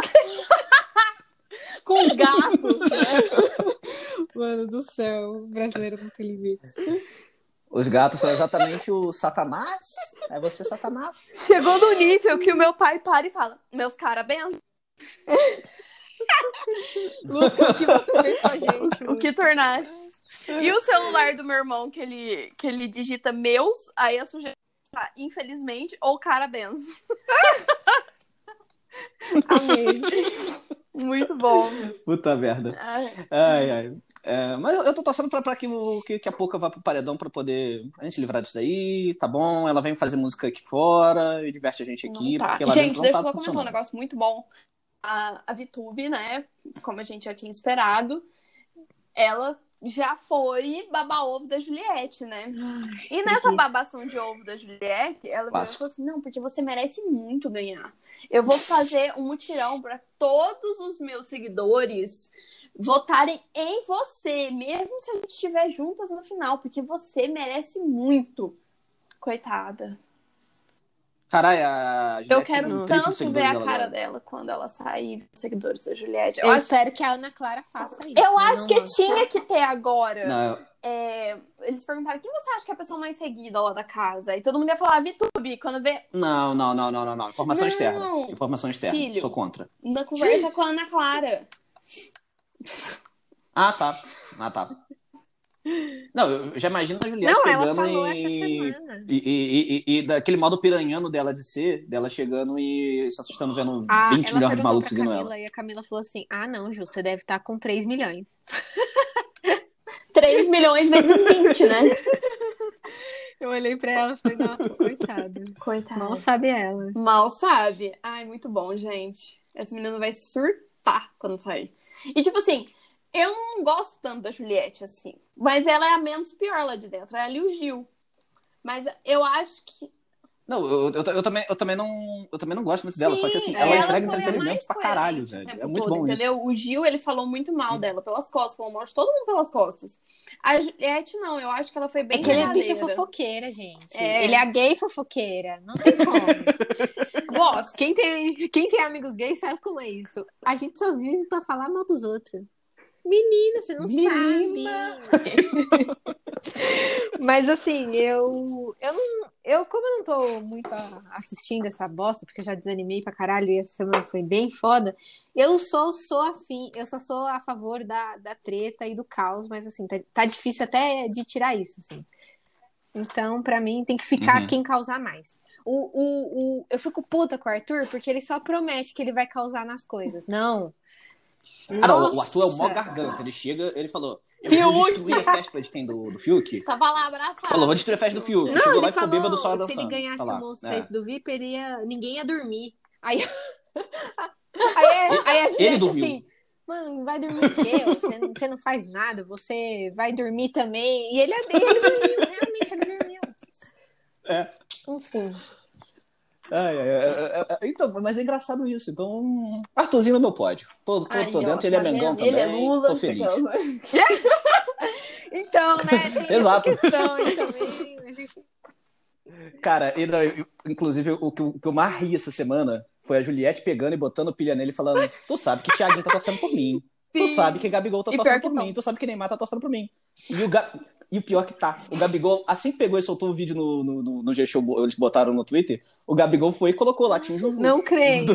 com os gatos, né? Mano do céu, o brasileiro não tem limites. Os gatos são exatamente o Satanás. É você, Satanás. Chegou no nível que o meu pai para e fala, meus parabéns. Lusca, o que você fez com a gente? O que tornaste? E o celular do meu irmão, que ele digita meus, aí a sugestão tá, infelizmente, ou parabéns. Amém. Muito bom. Puta merda. Ai. Mas eu tô torcendo pra que a Poca vá pro paredão pra poder a gente livrar disso daí, tá bom? Ela vem fazer música aqui fora e diverte a gente aqui. Tá. Porque lá Gente, deixa eu tá só comentar um negócio muito bom. A VTube, né, como a gente já tinha esperado, ela já foi baba-ovo da Juliette, né? E nessa babação de ovo da Juliette, ela falou assim, não, porque você merece muito ganhar. Eu vou fazer um mutirão para todos os meus seguidores votarem em você, mesmo se a gente estiver juntas no final, porque você merece muito. Coitada. Caralho, a Juliette eu quero tanto ver a cara dela quando ela sair dos seguidores da Juliette. Eu espero que a Ana Clara faça isso. Eu acho que tinha que ter agora. Não. Eles perguntaram quem você acha que é a pessoa mais seguida lá da casa? E todo mundo ia falar VTube. Quando vê. Não. Informação externa. Filho, sou contra. Na conversa com a Ana Clara. Ah, tá. Não, eu já imagino a Juliette pegando ela falou essa semana. E daquele modo piranhano dela de ser, dela chegando e se assustando vendo 20 milhões de malucos seguindo ela. E a Camila falou assim, não, Ju, você deve estar com 3 milhões. 3 milhões vezes 20, né? Eu olhei pra ela e falei, nossa, coitada. Mal sabe ela. Mal sabe. Ai, muito bom, gente. Essa menina vai surtar quando sair. E tipo assim, eu não gosto tanto da Juliette, assim. Mas ela é a menos pior lá de dentro. Ela e o Gil. Mas eu acho que... Não, eu também não gosto muito dela, só que assim, Sim, ela ela entrega foi a entretenimento mais pra caralho, coerente o velho. tempo É muito todo, bom isso. entendeu? O Gil, ele falou muito mal dela pelas costas, falou mal de todo mundo pelas costas. A Juliette, não, eu acho que ela foi É bem que ele é bicha verdadeira. fofoqueira, gente. É. Ele é a gay fofoqueira. Não tem como. Gosto. Quem tem amigos gays sabe como é isso. A gente só vive pra falar mal dos outros. Menina, você não Menina! sabe. Mas assim, como eu não tô muito assistindo essa bosta, porque eu já desanimei pra caralho e essa semana foi bem foda, eu só sou a favor da treta e do caos, mas assim, tá difícil até de tirar isso, assim. Então, pra mim, tem que ficar quem causar mais. Eu fico puta com o Arthur, porque ele só promete que ele vai causar nas coisas. Não. Ah, não, o Arthur é o mó Nossa. garganta. Ele chega, ele falou: eu vou destruir a festa de quem? Do Fiuk? Tava lá abraçado. Falou, vou destruir a festa do Fiuk. Não, Chegou lá ele e ficou falou, bêbado só se ele dançando. ganhasse Tá lá. o Monstro 6 do VIP, ninguém ia dormir. Aí a Ele Juliette dormiu. assim, mano, vai dormir o quê? Você não faz nada, você vai dormir também. E ele dormiu, realmente ele dormiu. É. Enfim. Então, mas é engraçado isso. Então, Arthurzinho no meu pódio. Tô Aí, dentro, ó, ele é tá Mengão vendo? também. Ele é Lula. Tô feliz. Então, né, tem Exato. essa questão aí também. Mas enfim. Cara, inclusive, o que eu mais ri essa semana foi a Juliette pegando e botando pilha nele e falando: tu sabe que Thiaguinho tá torcendo por mim. Tu sabe que Gabigol tá E torcendo pior que por não. mim. Tu sabe que Neymar tá torcendo por mim. E o pior que tá, o Gabigol, assim que pegou e soltou o vídeo no G-Show, eles botaram no Twitter, o Gabigol foi e colocou lá, tinha o Juju. Não creio.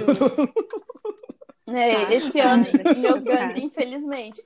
Esse ano, meus grandes, infelizmente.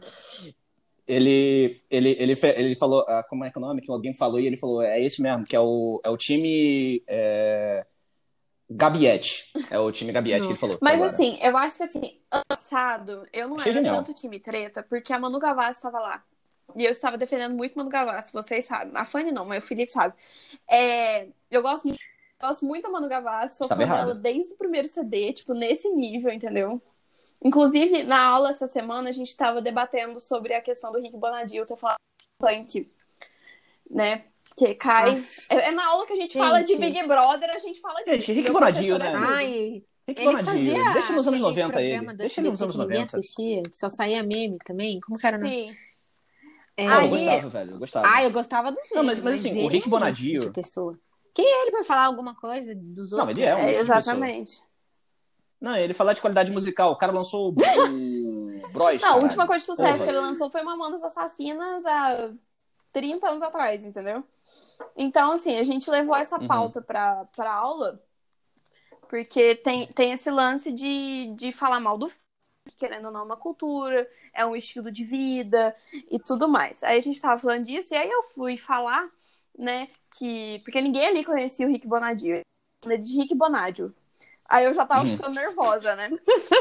Ele falou, como é que é o nome? Que alguém falou e ele falou, é esse mesmo, que é o time Gabiete. É o time Gabiete que ele falou. Mas agora. assim, eu acho que assim, ano passado, eu não Achei era genial. tanto time treta, porque a Manu Gavassi estava lá. E eu estava defendendo muito Manu Gavassi, vocês sabem. A Fanny não, mas o Felipe sabe. Eu gosto muito da Manu Gavassi, sou fã dela desde o primeiro CD, tipo, nesse nível, entendeu? Inclusive, na aula essa semana, a gente estava debatendo sobre a questão do Rick Bonadio ter falado punk, né? Que cai... É na aula que a gente fala de Big Brother, a gente fala disso. Gente, Rick Bonadio, né? Ai, Rick ele Bonadio. fazia Deixa nos anos 90 ele. programa do Deixa ele nos SBT anos que ninguém 90. assistia, que só saía meme também. Como que era, né? Sim. Eu gostava, velho. Eu gostava. Eu gostava dos memes. Não, mas assim, o Rick Bonadio... De pessoa. Quem é ele pra falar alguma coisa dos outros? Não, ele é um lixo de pessoa. Exatamente. Não, ele falar de qualidade musical. O cara lançou o Bros. Não, a última coisa de sucesso que ele lançou foi Mamonas Assassinas há 30 anos atrás, entendeu? Então, assim, a gente levou essa pauta pra aula, porque tem esse lance de falar mal do funk, querendo ou não, uma cultura, é um estilo de vida e tudo mais. Aí a gente tava falando disso, e aí eu fui falar, né, porque ninguém ali conhecia o Rick Bonadio, de Rick Bonadio. Aí eu já tava ficando nervosa, né?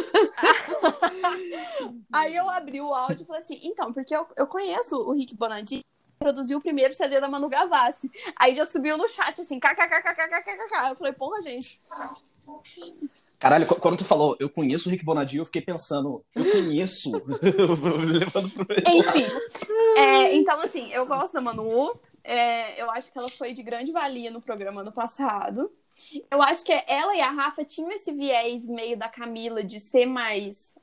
Aí eu abri o áudio e falei assim, então, porque eu conheço o Rick Bonadio, produziu o primeiro CD da Manu Gavassi. Aí já subiu no chat assim, kkkkkkkk. Eu falei, porra, gente. Caralho, quando tu falou, eu conheço o Rick Bonadio, eu fiquei pensando, eu conheço. Levando pro Enfim. Então, assim, eu gosto da Manu. Eu acho que ela foi de grande valia no programa ano passado. Eu acho que ela e a Rafa tinham esse viés meio da Camila de ser mais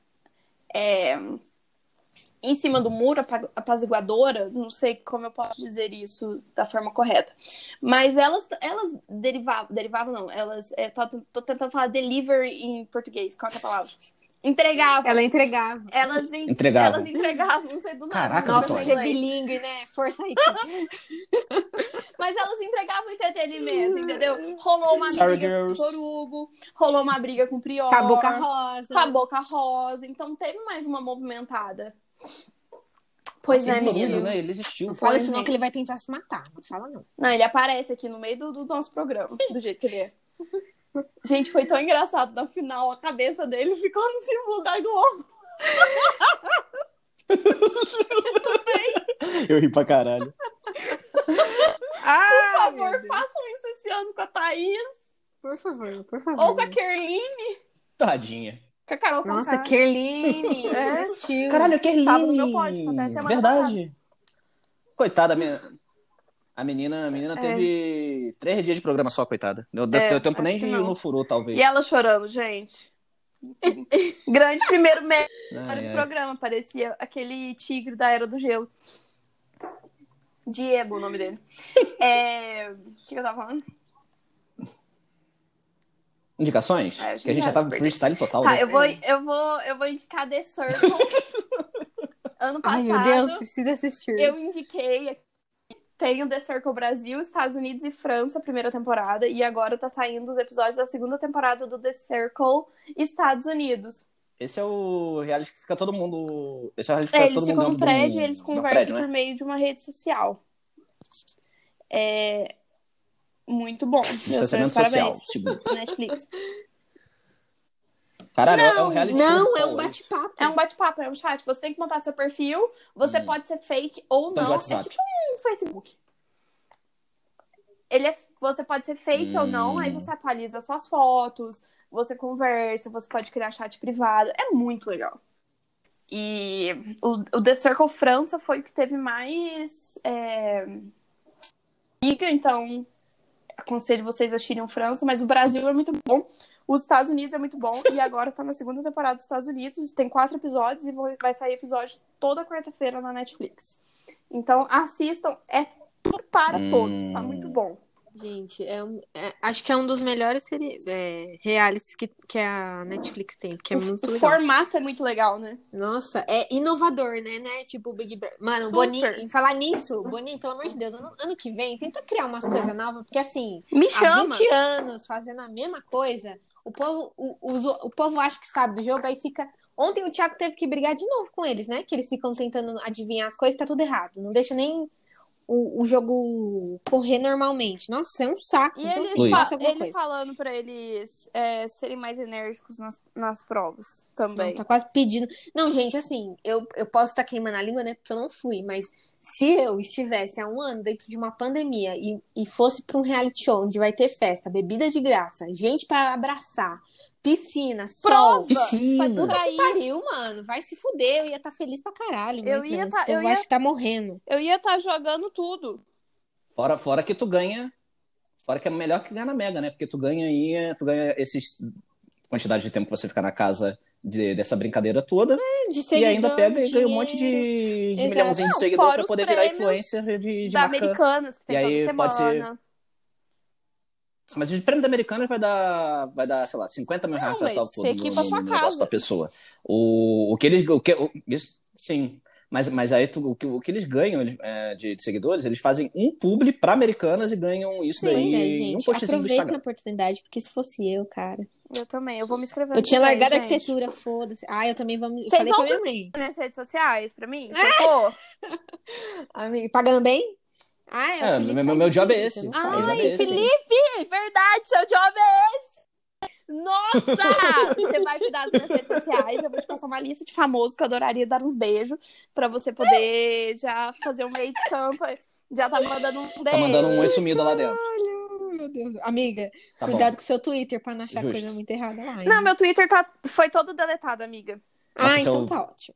em cima do muro, apaziguadora. Não sei como eu posso dizer isso da forma correta. Mas elas derivavam não. Elas, tô tentando falar deliver em português. Qual é a palavra? Entregavam. Ela entregava. Elas entregavam, não sei do nada. Caraca, nossa, ser bilíngue, né? Força aí. Mas elas entregavam entretenimento, entendeu? Rolou uma briga com o Vitor Hugo, rolou uma briga com o Prior. Com a Boca Rosa. Com a Boca Rosa. Então teve mais uma movimentada. Pois é, menino. Né? Ele existiu. Não fala isso não, que ele vai tentar se matar. Não fala não. Não, ele aparece aqui no meio do nosso programa, do jeito que ele é. Gente, foi tão engraçado. No final, a cabeça dele ficou no símbolo da Globo. Eu ri pra caralho. Por favor, façam isso esse ano com a Thaís. Por favor. Ou com a Kerline. Tadinha. Com a Carol Conká. Nossa, Kerline. Caralho, a Kerline. Tava no meu pódio, até semana Verdade. Passada. Coitada, A menina teve 3 dias de programa só, coitada. Deu tempo nem de ir no furu, talvez. E ela chorando, gente. Grande primeiro mês do programa. Parecia aquele tigre da Era do Gelo. Diego, o nome dele. O que eu tava falando? Indicações? Que a gente já tava freestyle total. Tá, né? eu vou indicar The Circle. Ano passado. Ai, meu Deus, precisa assistir. Eu indiquei. Tem o The Circle Brasil, Estados Unidos e França, primeira temporada. E agora tá saindo os episódios da segunda temporada do The Circle Estados Unidos. Esse é o reality que fica todo mundo... Esse é o reality que fica Eles todo ficam mundo no prédio e eles no conversam prédio, né? por meio de uma rede social. É muito bom. Meus Distanciamento parabéns. social, segundo. Netflix. Caralho, é um reality show. Não, é virtual, um bate-papo. É um bate-papo, é um chat. Você tem que montar seu perfil. Você pode ser fake ou Então, de não. É WhatsApp. tipo um Facebook. Você pode ser fake ou não, aí você atualiza suas fotos, você conversa, você pode criar chat privado. É muito legal. E o The Circle França foi o que teve mais liga, então aconselho vocês a assistirem o França, mas o Brasil é muito bom. Os Estados Unidos é muito bom, e agora tá na segunda temporada dos Estados Unidos, tem 4 episódios e vai sair episódio toda quarta-feira na Netflix. Então assistam, é tudo para todos, tá muito bom. Gente, acho que é um dos melhores realities que a Netflix tem, que é muito O legal. formato é muito legal, né? Nossa, é inovador, né? Tipo o Big Brother. Mano, Boninho, em falar nisso, Boninho, pelo amor de Deus, ano que vem, tenta criar umas coisas novas, porque assim, Me chama. há 20 anos fazendo a mesma coisa, o povo acha que sabe do jogo, aí fica... Ontem o Thiago teve que brigar de novo com eles, né? Que eles ficam tentando adivinhar as coisas, tá tudo errado. Não deixa nem o jogo correr normalmente. Nossa, é um saco. E Então, eles, assim, faça alguma ele coisa. falando pra eles serem mais enérgicos nas provas também. Nossa, tá quase pedindo. Não, gente, assim, eu posso estar queimando a língua, né? Porque eu não fui, mas se eu estivesse há um ano dentro de uma pandemia e fosse pra um reality show onde vai ter festa, bebida de graça, gente pra abraçar, piscina, sol, Piscina. puta que pariu, mano. Vai se fuder, eu ia estar feliz pra caralho. Mas eu acho que tá morrendo. Eu ia estar jogando tudo. Fora que tu ganha. Fora que é melhor que ganhar na Mega, né? Porque tu ganha esses quantidade de tempo que você fica na casa dessa brincadeira toda. De seguidor, e ainda pega e ganha um dinheiro. monte de Exato. milhãozinho de Não, seguidor fora pra os poder virar prêmios influencer de Da marca. Americanas, que tem E toda aí semana. pode ser. Mas o prêmio da Americanas vai dar, sei lá, 50 mil reais pra tal você equipa a sua no negócio casa. da pessoa. Sim. Mas aí o que eles ganham de seguidores, eles fazem um publi pra Americanas e ganham isso daí Pois é, em um gente. postzinho do Aproveitem a Instagram. oportunidade, porque se fosse eu, cara. Eu também, eu vou me inscrever. Eu tinha largado a gente. arquitetura, foda-se. Eu também vou. Vocês Falei com vão a minha mãe. Nas redes sociais, pra mim? Se eu for? Amiga, pagando bem? O Felipe faz meu job é isso, esse. eu não faço. Meu job é Ai, esse. Felipe! Verdade, seu job é esse! Nossa! Você vai cuidar das minhas redes sociais, eu vou te passar uma lista de famosos que eu adoraria dar uns beijos pra você poder já fazer um meio de campa. Já tá mandando um Tá beijo. mandando um oi sumido lá dentro. Meu Deus. Amiga, Tá cuidado bom. com o seu Twitter pra não achar Justo. coisa muito errada lá. Não, hein? meu Twitter foi todo deletado, amiga. Nossa, Então tá ótimo.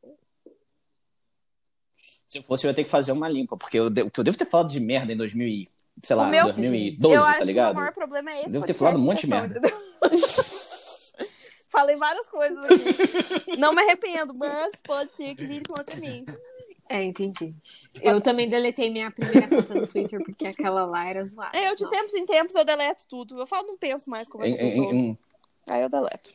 Se eu fosse, eu ia ter que fazer uma limpa, porque eu devo ter falado de merda em 2012, Eu acho tá que ligado? o maior problema é esse. Devo ter podcast falado um em monte de questão, merda. entendeu? Falei várias coisas aqui. Não me arrependo, mas pode ser que vire contra mim. Entendi. Eu também deletei minha primeira conta no Twitter, porque aquela lá era zoada. Eu, de tempos em tempos, eu deleto tudo. Eu falo, não penso mais com essa pessoa. Aí eu deleto.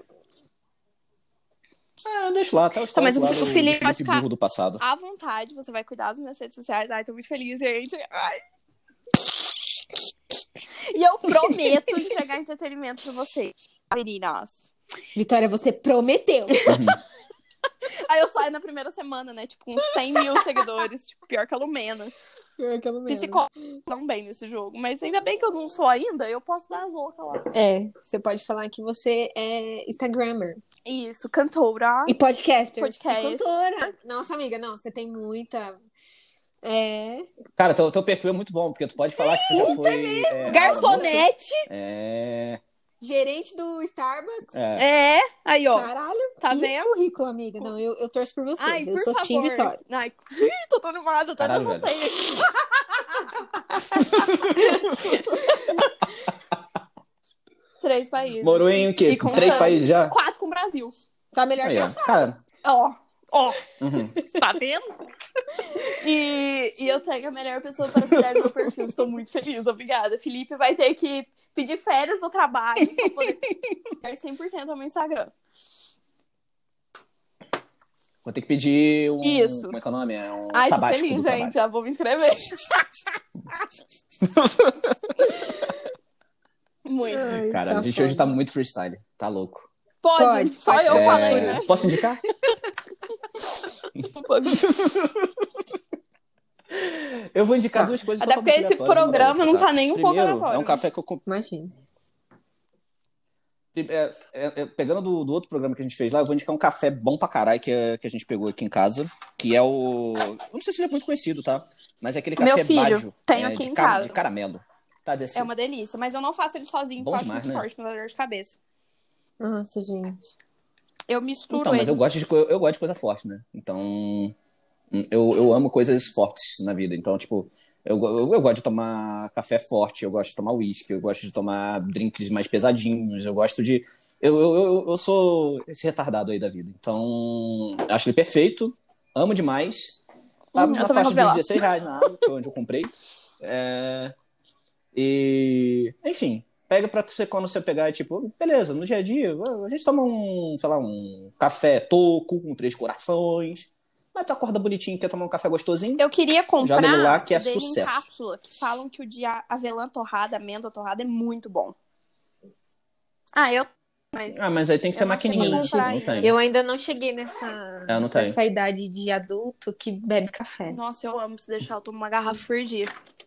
Deixa lá, tá o Mas o lá do Felipe pode ficar burro do passado. à vontade. Você vai cuidar das minhas redes sociais. Ai, tô muito feliz, gente. Ai. E eu prometo entregar entretenimento pra vocês, meninas. Vitória, você prometeu. Aí eu saio na primeira semana, né? Tipo, com 100 mil seguidores. Tipo, pior que a Lumena. Psicólogos não bem nesse jogo. Mas ainda bem que eu não sou ainda, eu posso dar as loucas lá. Você pode falar que você é Instagrammer. Isso, cantora. E podcaster. Podcast. E cantora. Nossa, amiga, não, você tem muita... Cara, teu perfil é muito bom, porque tu pode falar que você já foi... Garçonete. Gerente do Starbucks. Aí, ó. Caralho, Tá que vendo? currículo, amiga. Não, eu torço por você. Ai, eu por sou favor. Team Vitória. Ai, tô tão animada, até Caralho, levantei. Três países. Morou em o quê? E com 3 países já? 4 com o Brasil. Tá melhor Aí, que ó. a Cara, Ó, uhum. tá vendo? E eu tenho a melhor pessoa para cuidar do meu perfil. Estou muito feliz, obrigada. Felipe vai ter que pedir férias do trabalho para poder cuidar 100% ao meu Instagram. Vou ter que pedir um... Isso. Como é que é o nome? É um Ai, tô sabático feliz, do gente. trabalho. Já vou me inscrever. Muito. Ai, Cara, tá a gente foda. hoje tá muito freestyle. Tá louco. Pode. Só pode. eu falei, né? Posso indicar? Eu vou indicar Tá. 2 coisas Até porque totalmente esse aleatórias uma da programa outra, não tá nem um pouco Primeiro, aleatório. é um café que eu comprei. Imagina. Pegando do outro programa que a gente fez lá, eu vou indicar um café bom pra caralho que a gente pegou aqui em casa, que é o... Eu não sei se ele é muito conhecido, tá? Mas é aquele Meu café filho, Baggio, tenho aqui em casa. de caramelo. Tá desse... É uma delícia. Mas eu não faço ele sozinho, Bom porque eu acho demais, muito né? forte, me dá dor de cabeça. Nossa, gente. Eu misturo Então, mas ele. eu gosto de coisa forte, né? Então, eu amo coisas fortes na vida. Então, tipo, eu gosto de tomar café forte, eu gosto de tomar uísque, eu gosto de tomar drinks mais pesadinhos, eu gosto de... Eu sou esse retardado aí da vida. Então, acho ele perfeito, amo demais. Tá Eu na também faixa vou de ver lá. R$16 na água, que foi onde eu comprei. E, enfim, pega pra você quando você pegar, tipo, beleza, no dia a dia, a gente toma um café toco com 3 corações. Mas tu acorda bonitinho, quer tomar um café gostosinho? Eu queria comprar Joga ele lá, que é o dele em sucesso. cápsula, que falam que o de avelã torrada, amêndoa torrada é muito bom. Mas Mas aí tem que ter eu não sei maquininha, né? comprar Não ainda. tem. Eu ainda não cheguei não tenho. nessa idade de adulto que bebe café. Nossa, eu amo se deixar, eu tomo uma garrafa por dia.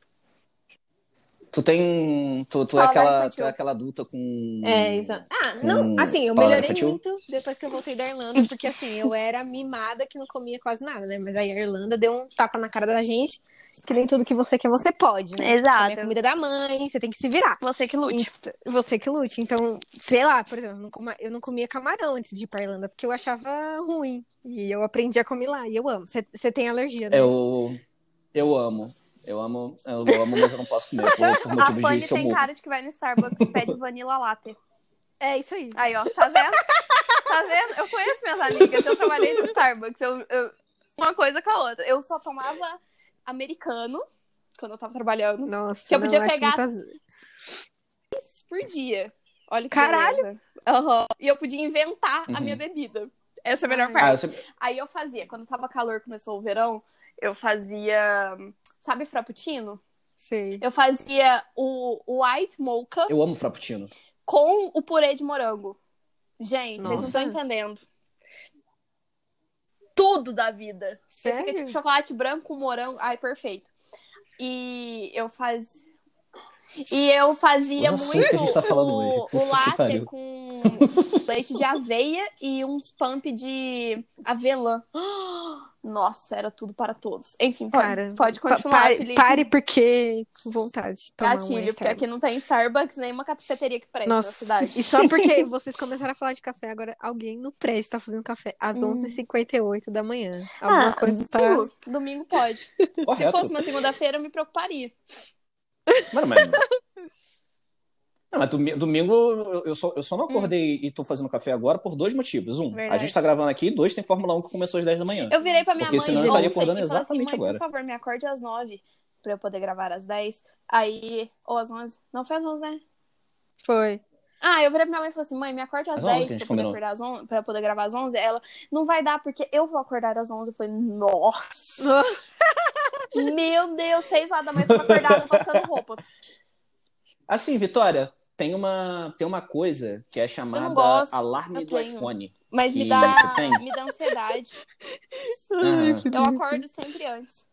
Tu é Paladar infantil. aquela adulta com... Exato. Não, assim, eu paladar melhorei infantil? muito depois que eu voltei da Irlanda, porque assim, eu era mimada que não comia quase nada, né? Mas aí a Irlanda deu um tapa na cara da gente, que nem tudo que você quer, você pode, né? Exato. Comer a comida da mãe, você tem que se virar. Você que lute. Você que lute. Então, sei lá, por exemplo, eu não comia camarão antes de ir pra Irlanda, porque eu achava ruim. E eu aprendi a comer lá, e eu amo. Você tem alergia, né? Eu amo. Eu amo, mas eu não posso comer por A motivos Fanny de que eu tem morro. cara de que vai no Starbucks e pede vanilla latte. É isso aí. Aí, ó, tá vendo? Tá vendo? Eu conheço minhas amigas, eu trabalhei no Starbucks, uma coisa com a outra. Eu só tomava americano quando eu tava trabalhando. Nossa, Que eu podia não, acho pegar muitas- por dia. Olha que Caralho! beleza. Uhum. E eu podia inventar a minha bebida. Essa é a melhor parte. Aí eu fazia, quando tava calor, começou o verão, eu fazia, sabe, frappuccino? Sei. Eu fazia o white mocha Eu amo frappuccino. com o purê de morango. Gente, vocês não Nossa. estão entendendo. Tudo da vida. Sério? Fica tipo chocolate branco com morango. Ai, perfeito. E eu fazia Os assuntos muito que a gente tá falando hoje. o Puta que latte pariu. com leite de aveia e uns pump de avelã. Nossa, era tudo para todos. Enfim, pode continuar, Felipe. Pare porque com vontade de tomar Gatilho, um porque aqui não tem Starbucks nem uma cafeteria que presta na Nossa, cidade. e só porque vocês começaram a falar de café, agora alguém no prédio tá fazendo café às 11h58 da manhã. Alguma coisa tá... Domingo pode. Se Correto. fosse uma segunda-feira, eu me preocuparia. Mano, mas domingo eu só não acordei e tô fazendo café agora por 2 motivos. Verdade. A gente tá gravando aqui, 2, tem Fórmula 1 que começou às 10 da manhã. Eu virei pra minha Porque mãe senão eu estaria ontem acordando e falei assim, exatamente mãe, agora. por favor, me acorde às 9 pra eu poder gravar às 10. Aí, ou às 11. Não foi às 11, né? Foi. Eu virei pra minha mãe e falei assim, mãe, me acorde às Às 11 10 que a gente pra eu poder combinou. acordar às 11, pra eu poder gravar às 11. Ela, não vai dar, porque eu vou acordar às 11. Eu falei, nossa. Meu Deus, 6 horas da manhã eu tô acordada passando roupa. Assim, Vitória, tem uma coisa que é chamada gosto, alarme eu do tenho. iPhone. Mas me Que dá você tem? ansiedade. Aham. Eu acordo sempre antes.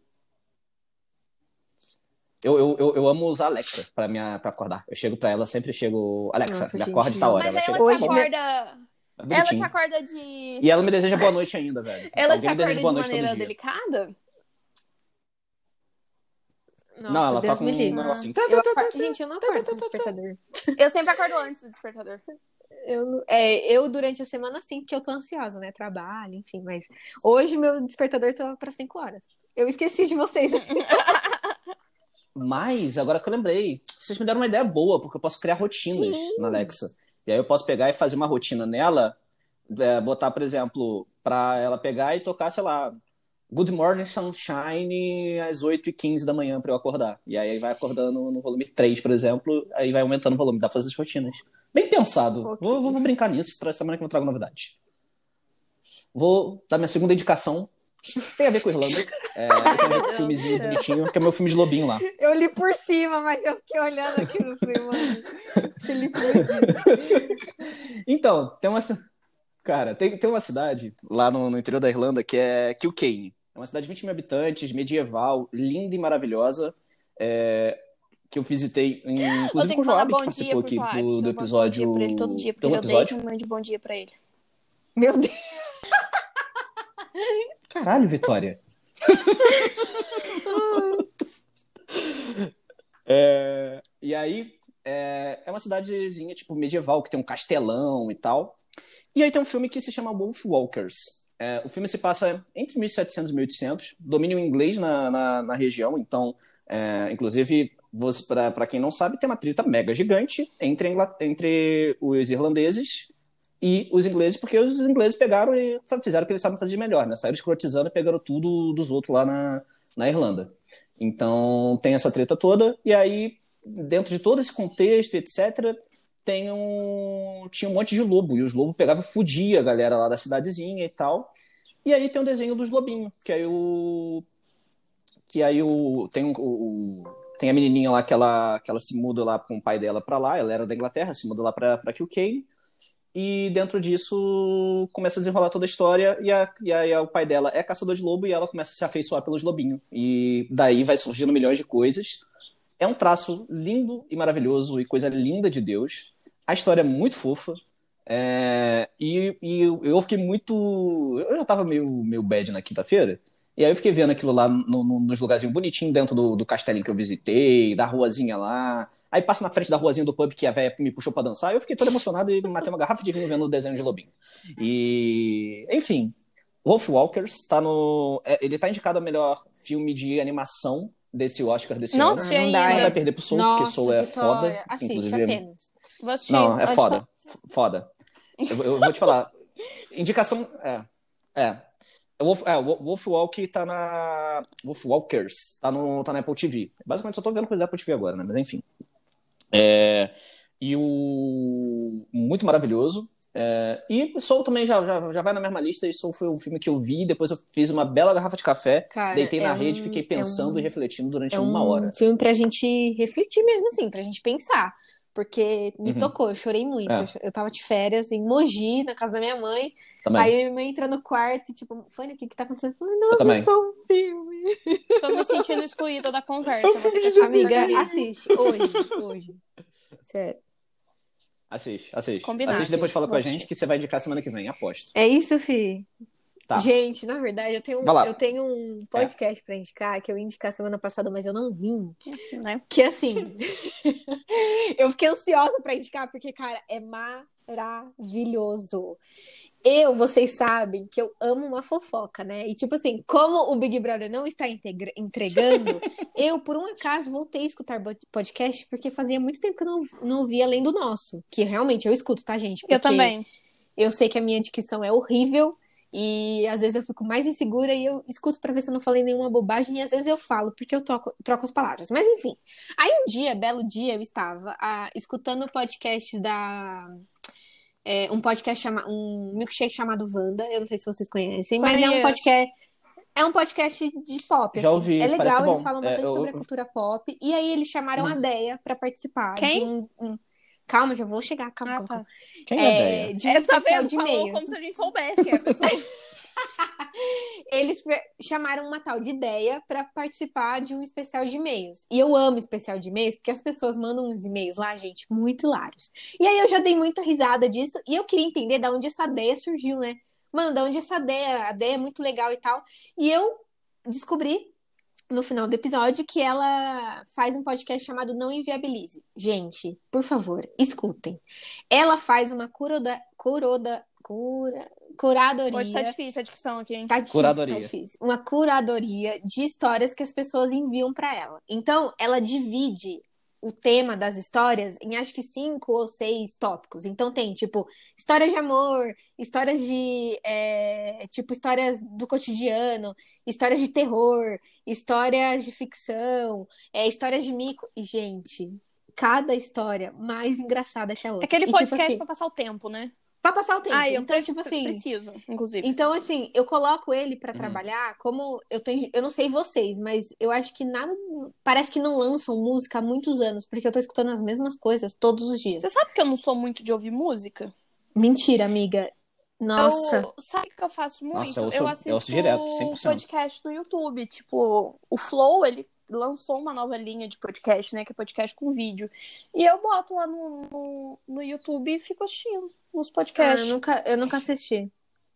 Eu amo usar Alexa pra acordar. Eu chego pra ela, sempre chego, Alexa, Nossa, me gente. acorde tal hora. Mas aí chega, ela Hoje te tá bom. acorda... É Ela bonitinho. te acorda de... E ela me deseja boa noite ainda, velho. Ela te Alguém me acorda deseja de boa noite todo maneira dia. delicada? Nossa, Não, ela Deus tá com me um livre. negocinho. Gente, eu não acordo com despertador. Eu sempre acordo antes do despertador. Eu durante a semana sim, porque eu tô ansiosa, né? Trabalho, enfim, mas hoje meu despertador tava pra 5 horas. Eu esqueci de vocês. Assim. Mas, agora que eu lembrei, vocês me deram uma ideia boa, porque eu posso criar rotinas na Alexa. E aí eu posso pegar e fazer uma rotina nela, botar, por exemplo, pra ela pegar e tocar, sei lá, Good Morning Sunshine às 8h15 da manhã pra eu acordar. E aí vai acordando no volume 3, por exemplo, aí vai aumentando o volume, dá pra fazer as rotinas. Bem pensado. Ok. Vou brincar nisso, semana que eu trago novidades. Vou dar minha segunda indicação. Tem a ver com Irlanda. Tem a ver com um filmezinho bonitinho, que é meu filme de lobinho lá. Eu li por cima, mas eu fiquei olhando aqui no filme, mano. Felipe Luiz. Então, cara, tem uma cidade lá no interior da Irlanda que é Kilkenny. É uma cidade de 20 mil habitantes, medieval, linda e maravilhosa, que eu visitei, Eu inclusive tenho com o que mandar Joab, que bom dia participou pro aqui Joab. do Eu mando bom dia episódio. pra ele todo dia, porque Do ele odeia que episódio. eu mande bom dia pra ele. Meu Deus. Caralho, Vitória. E aí, é uma cidadezinha, tipo, medieval, que tem um castelão e tal. E aí tem um filme que se chama Wolf Walkers. O filme se passa entre 1700 e 1800, domínio inglês na região, então, inclusive, para quem não sabe, tem uma treta mega gigante entre os irlandeses e os ingleses, porque os ingleses pegaram e fizeram o que eles sabem fazer de melhor, né? Saíram escrotizando e pegaram tudo dos outros lá na Irlanda. Então, tem essa treta toda, e aí, dentro de todo esse contexto, etc., tinha um monte de lobo, e os lobos pegavam e fudiam a galera lá da cidadezinha e tal. E aí tem o desenho dos lobinhos, tem a menininha lá que ela se muda lá com o pai dela pra lá, ela era da Inglaterra, se muda lá pra Kilkenny, e dentro disso começa a desenrolar toda a história, e aí o pai dela é caçador de lobo e ela começa a se afeiçoar pelos lobinhos. E daí vai surgindo milhões de coisas. É um traço lindo e maravilhoso e coisa linda de Deus. A história é muito fofa. E eu fiquei muito... Eu já tava meio bad na quinta-feira. E aí eu fiquei vendo aquilo lá nos lugarzinhos bonitinhos dentro do castelinho que eu visitei, da ruazinha lá. Aí passa na frente da ruazinha do pub que a véia me puxou pra dançar. Eu fiquei todo emocionado e matei uma garrafa de vinho vendo o desenho de lobinho. E, enfim, Wolf Walkers ele tá indicado a melhor filme de animação desse Oscar desse Não ano. assisti não dá, ainda. Não vai perder pro Soul, porque Nossa, Soul é Vitória. foda. Assiste Inclusive, apenas. Vou assistir. não, é antes foda. Foda. Eu vou te falar. Indicação. Wolf Walk tá na. Wolf Walkers tá na Apple TV. Basicamente só tô vendo coisa da Apple TV agora, né? Mas enfim. E o. Muito maravilhoso. E Soul também já vai na mesma lista. E Soul foi um filme que eu vi. Depois eu fiz uma bela garrafa de café. Cara, deitei na rede, fiquei pensando e refletindo durante uma hora. filme pra gente refletir mesmo, assim, pra gente pensar. Porque me tocou, eu chorei muito. Eu tava de férias em Mogi, na casa da minha mãe. Também. Aí minha mãe entra no quarto e, tipo, Fanny, o que tá acontecendo? Eu falei, Eu não, também. é só um filme. Tô me sentindo excluída da conversa. Eu vou ter que assistir. Amiga, assiste. Hoje. Sério. Assiste. Combinado. Assiste e depois fala com a Vou gente que você vai indicar semana que vem, aposto. É isso, Fih? Tá. Gente, na verdade, Vai lá. eu tenho um podcast pra indicar, que eu ia indicar semana passada, mas eu não vim. Né? Que assim, eu fiquei ansiosa pra indicar, porque, cara, é maravilhoso. Vocês sabem que eu amo uma fofoca, né? E tipo assim, como o Big Brother não está entregando, eu, por um acaso, voltei a escutar podcast, porque fazia muito tempo que eu não ouvia além do nosso. Que realmente eu escuto, tá, gente? Porque Eu também. eu sei que a minha dicção é horrível. E às vezes eu fico mais insegura e eu escuto pra ver se eu não falei nenhuma bobagem. E às vezes eu falo, porque eu troco as palavras. Mas enfim. Aí belo dia, eu estava escutando podcasts um podcast um milkshake chamado Wanda. Eu não sei se vocês conhecem, mas é um podcast de pop. Já assim. ouvi, É legal, parece eles bom. falam bastante sobre a cultura pop. E aí eles chamaram a Deia pra participar. Quem? Calma, já vou chegar. Calma. Tá. Quem é a Deia? De um especial de falou e-mails. como se a gente soubesse quem é a pessoa. Eles chamaram uma tal de Deia para participar de um especial de e-mails. E eu amo especial de e-mails, porque as pessoas mandam uns e-mails lá, gente, muito hilários. E aí eu já dei muita risada disso, e eu queria entender de onde essa Deia surgiu, né? Mano, de onde essa Deia? A Deia é muito legal e tal. E eu descobri, no final do episódio, que ela faz um podcast chamado Não Inviabilize. Gente, por favor, escutem. Ela faz uma curadoria. Hoje tá difícil a discussão aqui, hein? Tá difícil, Curadoria. tá difícil. Uma curadoria de histórias que as pessoas enviam pra ela. Então, ela divide o tema das histórias em acho que 5 ou 6 tópicos. Então tem, tipo, histórias de amor, histórias de, tipo, histórias do cotidiano, histórias de terror, histórias de ficção, histórias de mico. E, gente, cada história mais engraçada que a outra. Aquele E, podcast tipo assim, pra passar o tempo, né? pra passar o tempo. Eu Então, tipo assim... preciso, inclusive. Então, assim, eu coloco ele pra trabalhar, como eu não sei vocês, mas eu acho que nada, parece que não lançam música há muitos anos, porque eu tô escutando as mesmas coisas todos os dias. Você sabe que eu não sou muito de ouvir música? Mentira, amiga. Nossa. Sabe o que eu faço muito? Nossa, eu assisto ouço direto, 100%. podcast no YouTube. Tipo, o Flow, ele lançou uma nova linha de podcast, né? Que é podcast com vídeo. E eu boto lá no YouTube e fico assistindo os podcasts. Eu nunca assisti.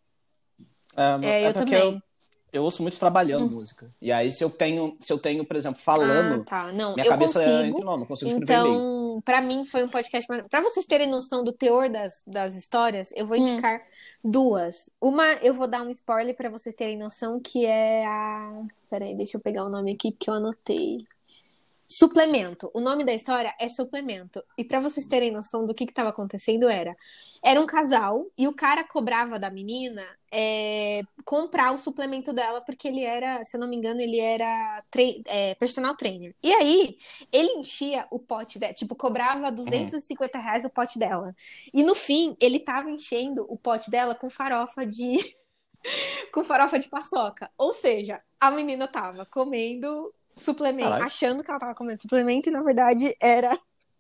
É Eu porque também. eu ouço muito trabalhando música. E aí, se eu tenho, por exemplo, falando, Tá. Não, minha eu cabeça consigo. não consigo escrever e-mail. Então, pra mim foi um podcast. Pra vocês terem noção do teor das histórias, eu vou indicar duas. Uma, eu vou dar um spoiler pra vocês terem noção, que é a. Peraí, deixa eu pegar o nome aqui porque eu anotei. Suplemento. O nome da história é Suplemento. E pra vocês terem noção do que estava acontecendo, era um casal e o cara cobrava da menina comprar o suplemento dela, porque ele era, se eu não me engano, ele era personal trainer. E aí, ele enchia o pote dela, tipo, cobrava R$250 o pote dela. E no fim, ele tava enchendo o pote dela com farofa de com farofa de paçoca. Ou seja, a menina tava comendo suplemento, Caraca. achando que ela tava comendo suplemento, e na verdade era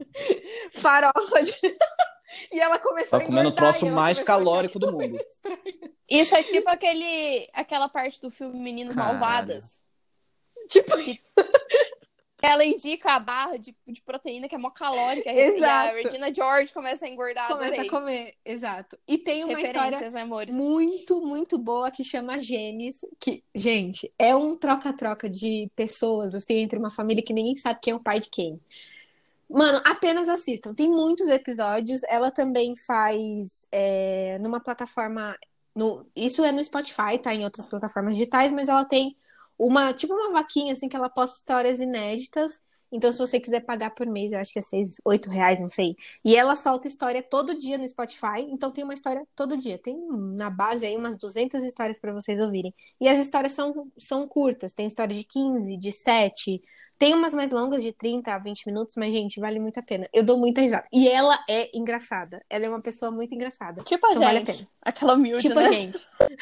farofa de... E ela começou Tá comendo o engordar, troço e ela mais começou a achar calórico do aquilo mundo. estranho. Isso é tipo aquela parte do filme Meninas Caralho. Malvadas. Tipo, Que ela indica a barra de proteína que é mó calórica. E a Exato. Regina George começa a engordar. começa adorei. a comer, exato. E tem uma Referências, história né, amores? muito, muito boa que chama Gênesis, que, gente, é um troca-troca de pessoas, assim, entre uma família que ninguém sabe quem é o pai de quem. Mano, apenas assistam. Tem muitos episódios. Ela também faz numa plataforma. Isso é no Spotify, tá? Em outras plataformas digitais, mas ela tem uma vaquinha, assim, que ela posta histórias inéditas. Então, se você quiser pagar por mês, eu acho que é R$6, R$8, não sei. E ela solta história todo dia no Spotify. Então, tem uma história todo dia. Tem na base aí umas 200 histórias pra vocês ouvirem. E as histórias são curtas. Tem história de 15, de 7. Tem umas mais longas, de 30 a 20 minutos. Mas, gente, vale muito a pena. Eu dou muita risada. E ela é engraçada. Ela é uma pessoa muito engraçada. Tipo a Então, vale a gente. pena. Aquela humilde, Tipo né? a gente.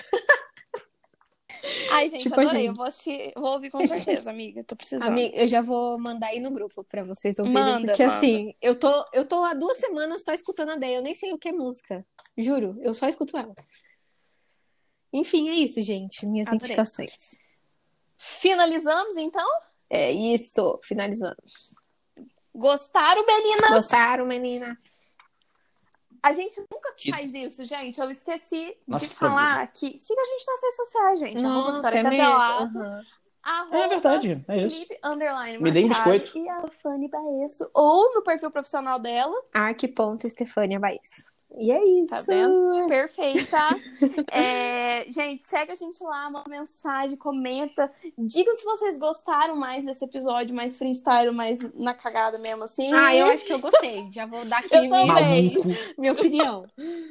Ai, gente, Tipo a adorei. gente. Eu vou assistir, vou ouvir com certeza, amiga. Tô precisando. Amiga, eu já vou mandar aí no grupo pra vocês ouvirem. Manda, porque, manda. assim, eu tô há 2 semanas só escutando a Deia. Eu nem sei o que é música. Juro, eu só escuto ela. Enfim, é isso, gente. Minhas Adorei. indicações. Finalizamos, então? É isso. Finalizamos. Gostaram, meninas? Gostaram, meninas? A gente nunca Que- faz isso, gente. Eu esqueci Nossa, de que falar que siga a gente nas redes sociais, gente. Nossa, Vitória é Caselato, mesmo. arroba É verdade, é isso. Felipe _ Me dê um Machado biscoito. e a Fanny Baesso. Ou no perfil profissional dela. Arc.Estefânia Baez. E é isso. Tá vendo? Perfeita. Gente, segue a gente lá, manda mensagem, comenta. Diga se vocês gostaram mais desse episódio, mais freestyle, mais na cagada mesmo, assim. Ah, eu acho que eu gostei. Já vou dar aqui Eu também. Maluco. minha opinião.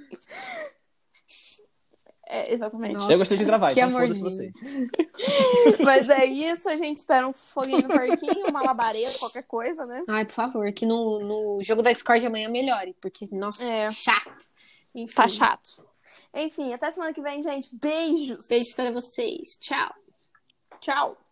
Exatamente. Nossa, Eu gostei de gravar, que então foda-se amorzinho. você. Mas é isso, a gente espera um foguinho no parquinho, uma labareda, qualquer coisa, né? Ai, por favor, que no jogo da Discord amanhã melhore, porque, nossa, chato. Enfim, Tá chato. Enfim, até semana que vem, gente. Beijos. Beijo para vocês. Tchau. Tchau.